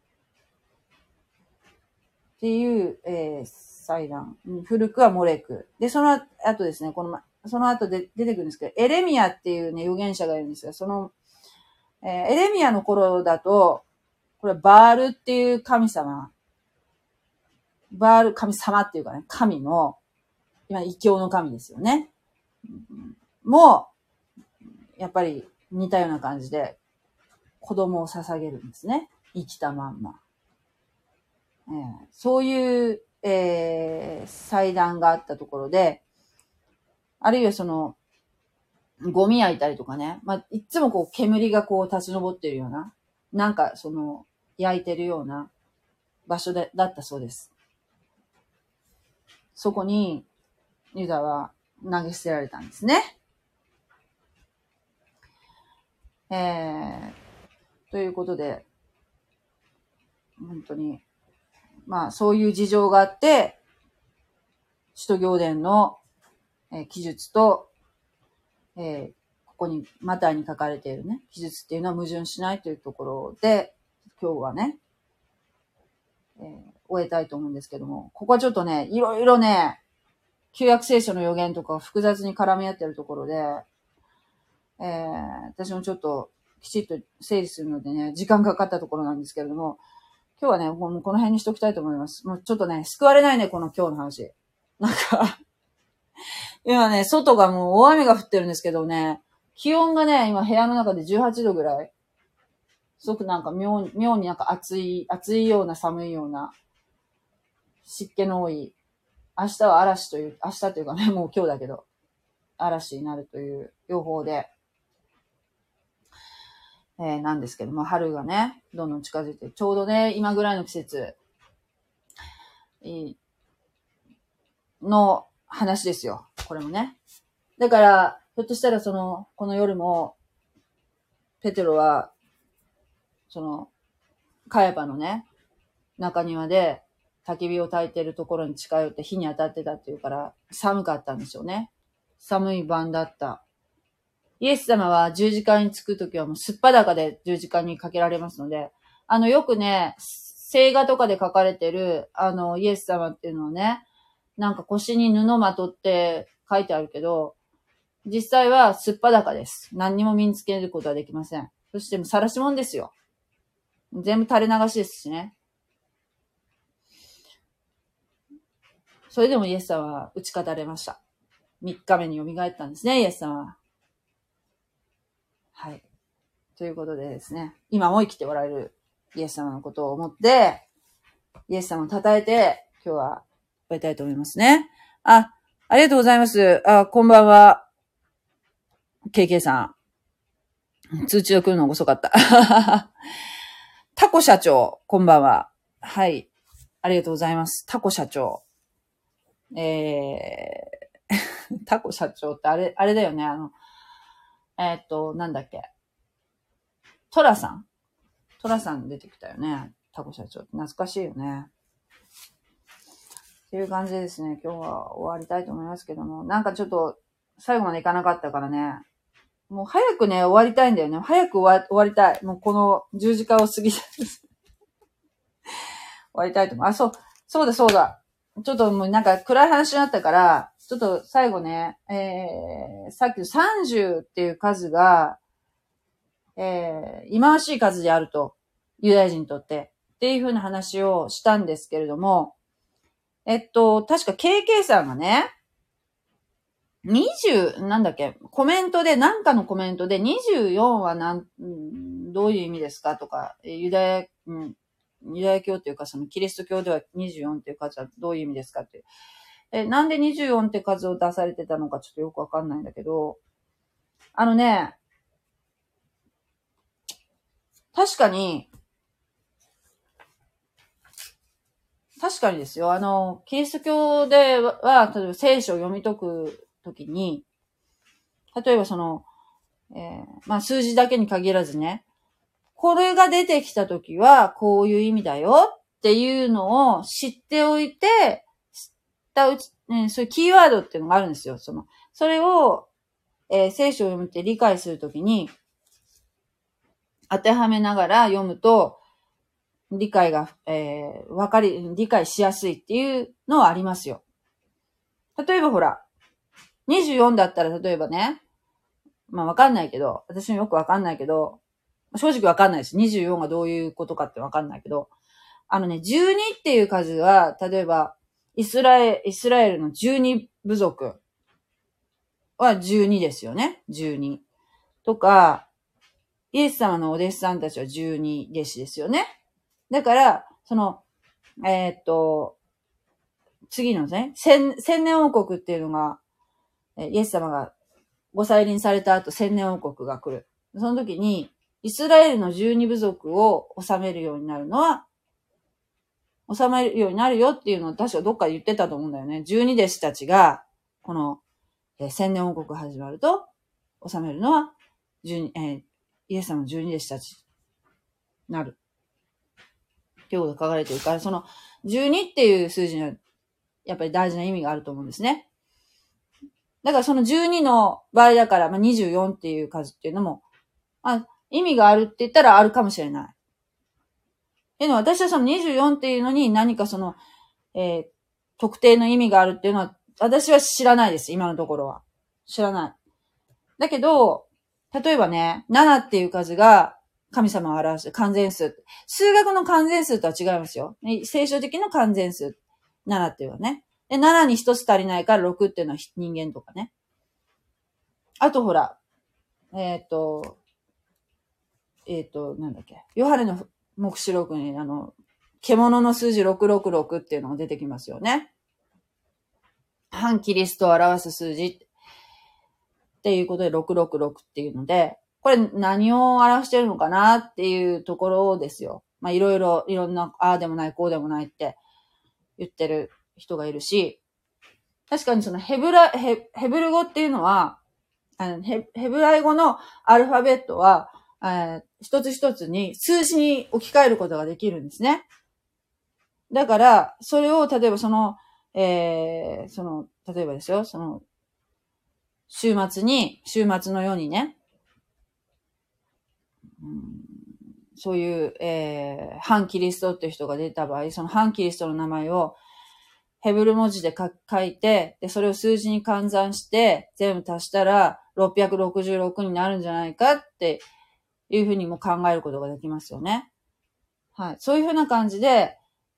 っていう、祭壇。古くはモレク。で、その後ですね、その後で出てくるんですけど、エレミアっていうね、預言者がいるんですが、エレミアの頃だと、これはバールっていう神様っていうかね、神の、今、異教の神ですよね。もう、やっぱり似たような感じで、子供を捧げるんですね。生きたまんま。そういう、祭壇があったところで、あるいはゴミ焼いたりとかね、いつも煙が立ち上っているような、なんか焼いてるような場所だったそうです。そこに、ユダは投げ捨てられたんですね。ということで、本当に、そういう事情があって、使徒行伝の、記述と、ここに、マタイに書かれているね、記述っていうのは矛盾しないというところで、今日はね、終えたいと思うんですけども、ここはちょっとね、いろいろね、旧約聖書の予言とか複雑に絡み合っているところで、私もちょっときちっと整理するのでね、時間かかったところなんですけれども、今日はね、もうこの辺にしときたいと思います。もうちょっとね、救われないね、この今日の話。なんか今ね、外がもう大雨が降ってるんですけどね、気温がね、今部屋の中で18度ぐらい。すごくなんか妙になんか暑いような寒いような、湿気の多い、明日は明日というかね、もう今日だけど、嵐になるという予報で、なんですけども、春がね、どんどん近づいて、ちょうどね、今ぐらいの季節、の話ですよ。これもね。だから、ひょっとしたらこの夜も、ペテロは、カヤパのね、中庭で焚き火を焚いてるところに近寄って火に当たってたっていうから、寒かったんでしょうね。寒い晩だった。イエス様は十字架につくときはもうすっぱだかで十字架にかけられますので、よくね、聖画とかで書かれてる、イエス様っていうのはね、なんか腰に布まとって書いてあるけど、実際はすっぱだかです。何にも身につけることはできません。そしても晒しもんですよ。全部垂れ流しですしね。それでもイエス様は打ち勝たれました。3日目に蘇ったんですね、イエス様は。はい。ということでですね、今も生きておられるイエス様のことを思って、イエス様を称えて、今日は終えたいと思いますね。ありがとうございます。こんばんは。KK さん。通知が来るの遅かった。タコ社長、こんばんは。はい。ありがとうございます。タコ社長。タコ社長ってあれだよね。なんだっけ。トラさん出てきたよね。タコ社長って懐かしいよね。っていう感じでですね、今日は終わりたいと思いますけども、なんかちょっと最後までいかなかったからね、もう早くね、終わりたいんだよね。早く終わりたい。もうこの10時間を過ぎて終わりたいと思う。そうだ。ちょっともうなんか暗い話になったから、ちょっと最後ね、さっきの30っていう数が、忌まわしい数であると、ユダヤ人にとって、っていう風な話をしたんですけれども、確か KK さんがね、なんだっけ、なんかのコメントで24はどういう意味ですかとか、ユダヤ、 ユダヤ教っていうかそのキリスト教では24っていう数はどういう意味ですかっていう。なんで24って数を出されてたのかちょっとよくわかんないんだけど、確かにですよ。キリスト教では、例えば聖書を読み解くときに、例えば数字だけに限らずね、これが出てきたときは、こういう意味だよっていうのを知っておいて、そういうキーワードっていうのがあるんですよ。それを、聖書を読むって理解するときに、当てはめながら読むと、理解しやすいっていうのはありますよ。例えばほら、24だったら例えばね、わかんないけど、私もよくわかんないけど、正直わかんないです。24がどういうことかってわかんないけど、12っていう数は、例えば、イスラエルの12部族は12ですよね。12。とか、イエス様のお弟子さんたちは12弟子ですよね。だから、次のね、千年王国っていうのが、イエス様がご再臨された後、千年王国が来る。その時に、イスラエルの12部族を治めるようになるよっていうのを確かどっかで言ってたと思うんだよね。12弟子たちが、この、千年王国始まると、治めるのは、イエス様の12弟子たちになる。っていうことが書かれてるから、その12っていう数字には、やっぱり大事な意味があると思うんですね。だからその12の場合だから、24っていう数っていうのも、意味があるって言ったらあるかもしれない。っていうのは、私はその24っていうのに何か特定の意味があるっていうのは、私は知らないです。今のところは。知らない。だけど、例えばね、7っていう数が神様を表す完全数。数学の完全数とは違いますよ。聖書的な完全数。7っていうのはね。で、7に1つ足りないから6っていうのは人間とかね。あとほら、なんだっけ。ヨハネの黙示録に獣の数字666っていうのが出てきますよね。反キリストを表す数字っていうことで666っていうので、これ何を表してるのかなっていうところですよ。いろんな、ああでもない、こうでもないって言ってる人がいるし、確かにそのヘブル語っていうのは、ヘブライ語のアルファベットは、一つ一つに数字に置き換えることができるんですね。だから、それを、例えば例えばですよ、週末のようにね、そういう、反キリストっていう人が出た場合、その反キリストの名前をヘブル文字で書いて、で、それを数字に換算して、全部足したら666になるんじゃないかっていうふうにも考えることができますよね。はい。そういうふうな感じで、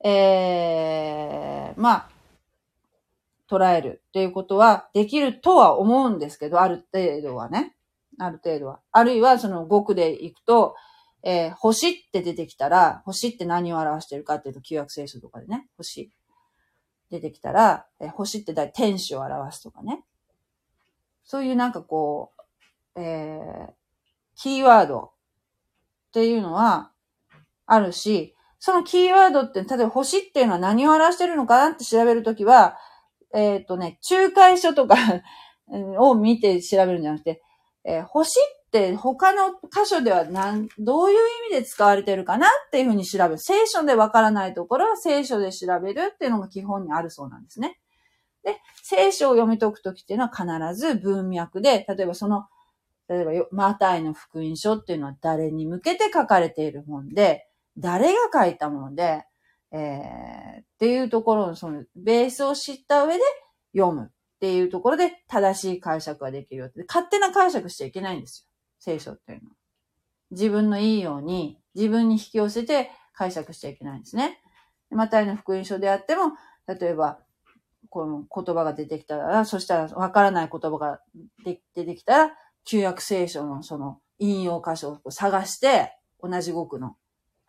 捉えるっていうことはできるとは思うんですけど、ある程度はね。ある程度は。あるいはその語句でいくと、星って出てきたら、星って何を表してるかっていうと、旧約聖書とかでね、星出てきたら、星って天使を表すとかね。そういうなんかこう、キーワードっていうのはあるし、そのキーワードって、例えば星っていうのは何を表してるのかなって調べるときは、仲介書とかを見て調べるんじゃなくて、星って他の箇所ではどういう意味で使われてるかなっていうふうに調べる。聖書でわからないところは聖書で調べるっていうのが基本にあるそうなんですね。で、聖書を読み解くときっていうのは必ず文脈で、例えばマタイの福音書っていうのは誰に向けて書かれている本で、誰が書いたもので、っていうところのそのベースを知った上で読むっていうところで正しい解釈ができるよって。勝手な解釈しちゃいけないんですよ。聖書っていうのは。自分のいいように、自分に引き寄せて解釈しちゃいけないんですね。マタイの福音書であっても、例えば、この言葉が出てきたら、そしたらわからない言葉が出てきたら、旧約聖書のその引用箇所を探して、同じ語句の。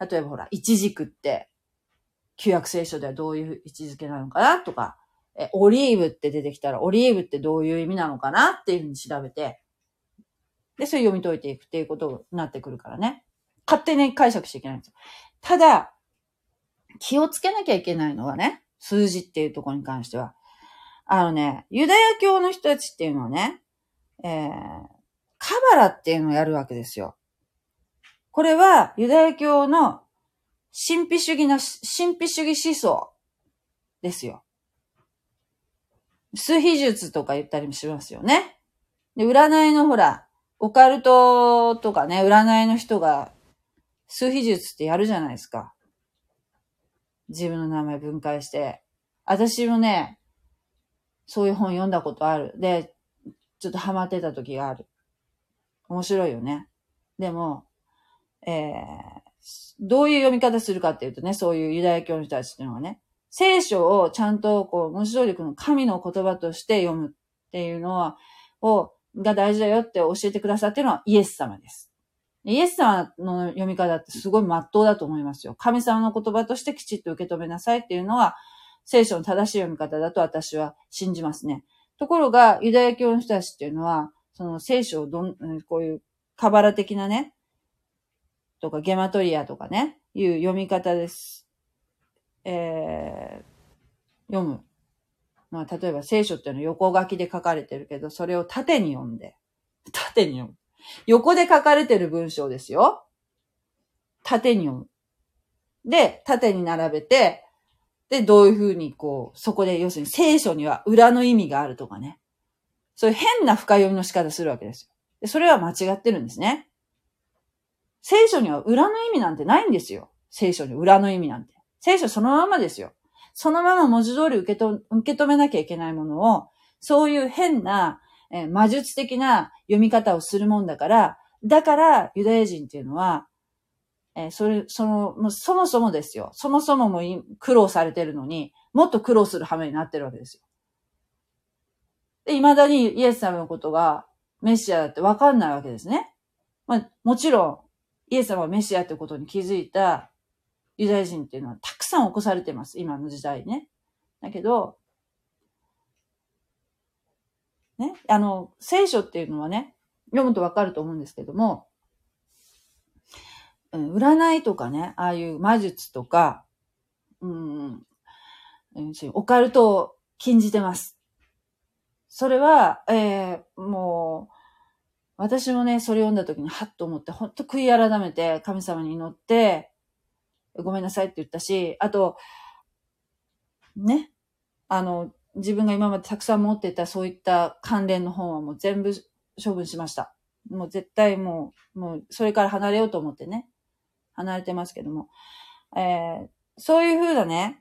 例えばほら、イチジクって、旧約聖書ではどういう位置づけなのかなとか、オリーブって出てきたら、オリーブってどういう意味なのかなっていうふうに調べて、で、それ読み解いていくっていうことになってくるからね。勝手に解釈していけないんですよ。ただ、気をつけなきゃいけないのはね、数字っていうところに関しては、ユダヤ教の人たちっていうのはね、カバラっていうのをやるわけですよ。これはユダヤ教の神秘主義思想ですよ。数秘術とか言ったりもしますよね。で、占いのほら、オカルトとかね、占いの人が数秘術ってやるじゃないですか。自分の名前分解して。私もね、そういう本読んだことある。で、ちょっとハマってた時がある。面白いよね。でも、どういう読み方するかっていうとね、そういうユダヤ教の人たちっていうのはね、聖書をちゃんと文字通り神の言葉として読むっていうのが大事だよって教えてくださっているのはイエス様です。イエス様の読み方ってすごい真っ当だと思いますよ。神様の言葉としてきちっと受け止めなさいっていうのは、聖書の正しい読み方だと私は信じますね。ところが、ユダヤ教の人たちっていうのは、その聖書をこういうカバラ的なね、とかゲマトリアとかね、いう読み方です。読む。まあ、例えば聖書っていうのは横書きで書かれてるけど、それを縦に読んで、横で書かれてる文章ですよ。縦に読む。で、縦に並べて、で、どういうふうにそこで、要するに聖書には裏の意味があるとかね。そういう変な深読みの仕方するわけですよ。で、それは間違ってるんですね。聖書には裏の意味なんてないんですよ。聖書に裏の意味なんて。聖書そのままですよ。そのまま文字通り受け止めなきゃいけないものを、そういう変な、魔術的な読み方をするもんだから、ユダヤ人っていうのは、そもそもですよ。そもそもも苦労されてるのに、もっと苦労する羽目になってるわけですよ。で、未だにイエス様のことがメシアだってわかんないわけですね。まあ、もちろん、イエス様はメシアってことに気づいたユダヤ人っていうのはたくさん起こされてます。今の時代ね。だけど、ね、聖書っていうのはね、読むとわかると思うんですけども、占いとかね、ああいう魔術とか、オカルトを禁じてます。それは、もう、私もね、それ読んだ時にハッと思って、ほんと悔い改めて神様に祈って、ごめんなさいって言ったし、あと、ね、自分が今までたくさん持っていたそういった関連の本はもう全部処分しました。もう絶対もうそれから離れようと思ってね、離れてますけども、そういう風なね、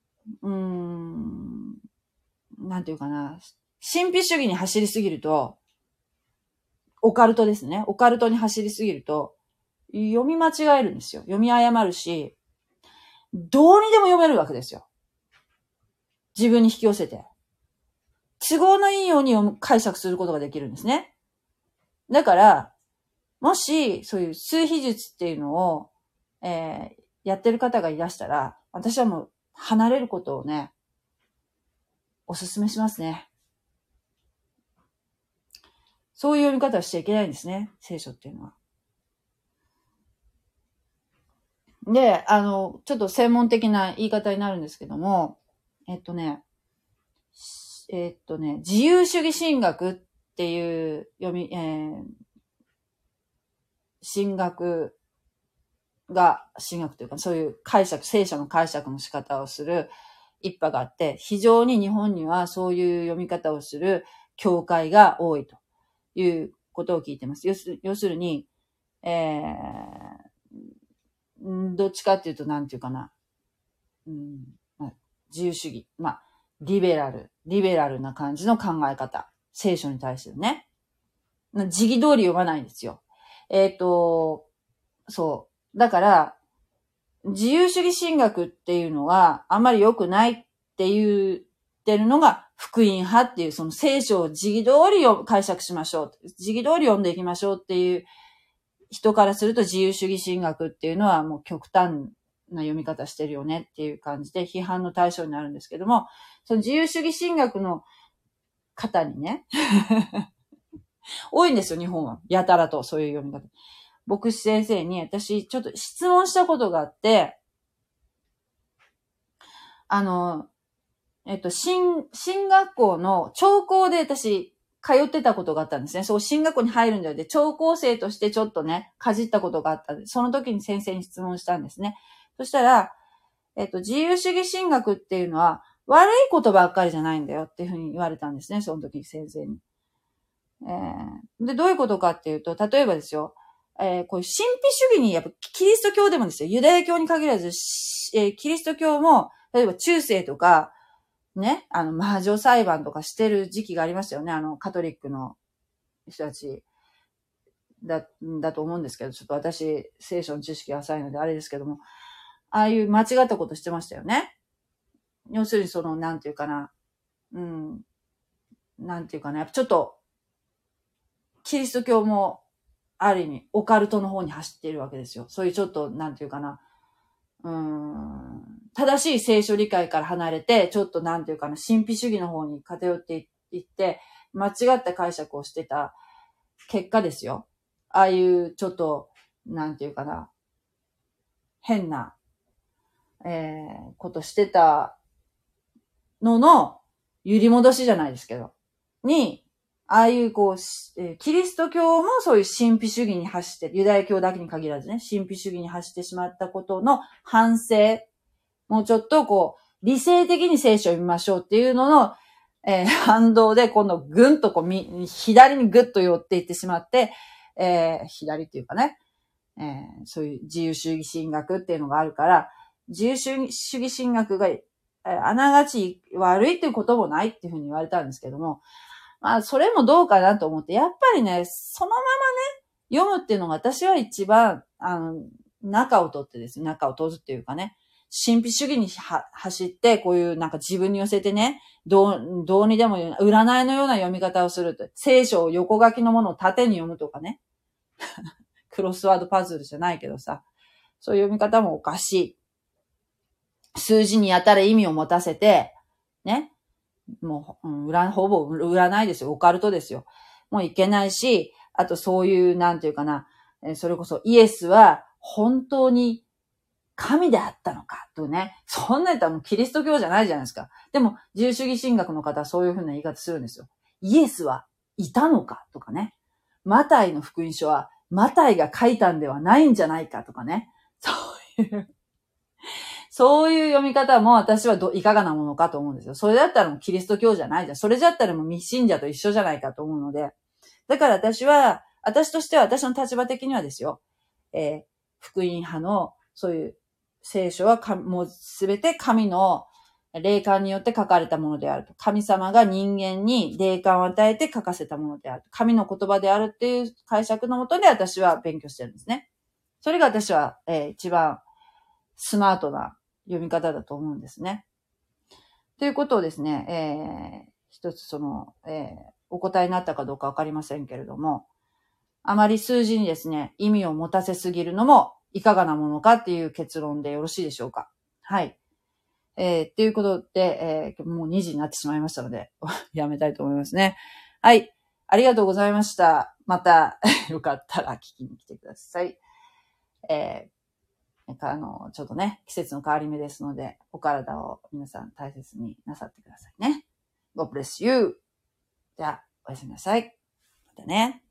なんていうかな、神秘主義に走りすぎると、オカルトですね。オカルトに走りすぎると、読み間違えるんですよ。読み誤るし、どうにでも読めるわけですよ。自分に引き寄せて。都合のいいように解釈することができるんですね。だから、もし、そういう数秘術っていうのを、やってる方がいらしたら、私はもう離れることをね、お勧めしますね。そういう読み方をしちゃいけないんですね。聖書っていうのは。で、ちょっと専門的な言い方になるんですけども、自由主義神学っていう神学というか、そういう聖書の解釈の仕方をする一派があって、非常に日本にはそういう読み方をする教会が多いということを聞いてます。要するに、どっちかっていうと、なんていうかな。自由主義。リベラルな感じの考え方。聖書に対してね。時期通り読まないんですよ。そう。だから、自由主義神学っていうのはあんまり良くないって言ってるのが福音派っていう、その聖書を時期通り解釈しましょう。時期通り読んでいきましょうっていう人からすると自由主義神学っていうのはもう極端な読み方してるよねっていう感じで批判の対象になるんですけども、その自由主義神学の方にね、多いんですよ、日本は。やたらと、そういう読み方。牧師先生に私ちょっと質問したことがあって、進学校の聴講で私通ってたことがあったんですね。そう、進学校に入るんだよで、聴講生としてちょっとね、かじったことがあったんで、その時に先生に質問したんですね。そしたら、自由主義神学っていうのは悪いことばっかりじゃないんだよっていうふうに言われたんですね、その時に先生に。で、どういうことかっていうと、例えばですよ、こういう神秘主義に、やっぱキリスト教でもですよ、ユダヤ教に限らず、キリスト教も、例えば中世とか、ね、魔女裁判とかしてる時期がありましたよね、カトリックの人たちだと思うんですけど、ちょっと私、聖書の知識が浅いのであれですけども、ああいう間違ったことしてましたよね。要するになんていうかな、なんていうかな、やっぱちょっと、キリスト教も、ある意味、オカルトの方に走っているわけですよ。そういうちょっと、なんていうかな、正しい聖書理解から離れて、ちょっとなんていうかな、神秘主義の方に偏っていって、間違った解釈をしてた結果ですよ。ああいうちょっと、なんていうかな、変な、ことしてたのの、揺り戻しじゃないですけど、に、ああいうキリスト教もそういう神秘主義に走って、ユダヤ教だけに限らずね、神秘主義に走ってしまったことの反省、もうちょっと理性的に聖書を見ましょうっていうのの、反動で今度ぐんと左にぐっと寄っていってしまって、左っていうかね、そういう自由主義神学っていうのがあるから、自由主義神学が、あながち悪いっていうこともないっていうふうに言われたんですけども、まあ、それもどうかなと思って、やっぱりね、そのままね、読むっていうのが私は一番、中を取ってですね、中を取るっていうかね、神秘主義に走って、こういうなんか自分に寄せてね、どうにでも占いのような読み方をすると。聖書を横書きのものを縦に読むとかね。クロスワードパズルじゃないけどさ。そういう読み方もおかしい。数字にやたら意味を持たせて、ね。もう、ほぼ占いですよ。オカルトですよ。もういけないし、あとそういう、なんていうかな、それこそイエスは本当に神であったのかとね。そんなやったらもうキリスト教じゃないじゃないですか。でも、自由主義神学の方はそういうふうな言い方するんですよ。イエスはいたのかとかね。マタイの福音書はマタイが書いたんではないんじゃないかとかね。そういう読み方も私はいかがなものかと思うんですよ。それだったらもうキリスト教じゃないじゃん。それだったらもう未信者と一緒じゃないかと思うので。だから私としては私の立場的にはですよ。福音派のそういう聖書はもうすべて神の霊感によって書かれたものであると。神様が人間に霊感を与えて書かせたものであると。神の言葉であるっていう解釈のもとで私は勉強してるんですね。それが私は、一番スマートな読み方だと思うんですね。ということをですね、一つお答えになったかどうかわかりませんけれども、あまり数字にですね、意味を持たせすぎるのもいかがなものかっていう結論でよろしいでしょうか。はい。ということで、もう2時になってしまいましたので、やめたいと思いますね。はい。ありがとうございました。また、よかったら聞きに来てください。ちょっとね、季節の変わり目ですので、お体を皆さん大切になさってくださいね。God bless you. じゃあ、おやすみなさい。またね。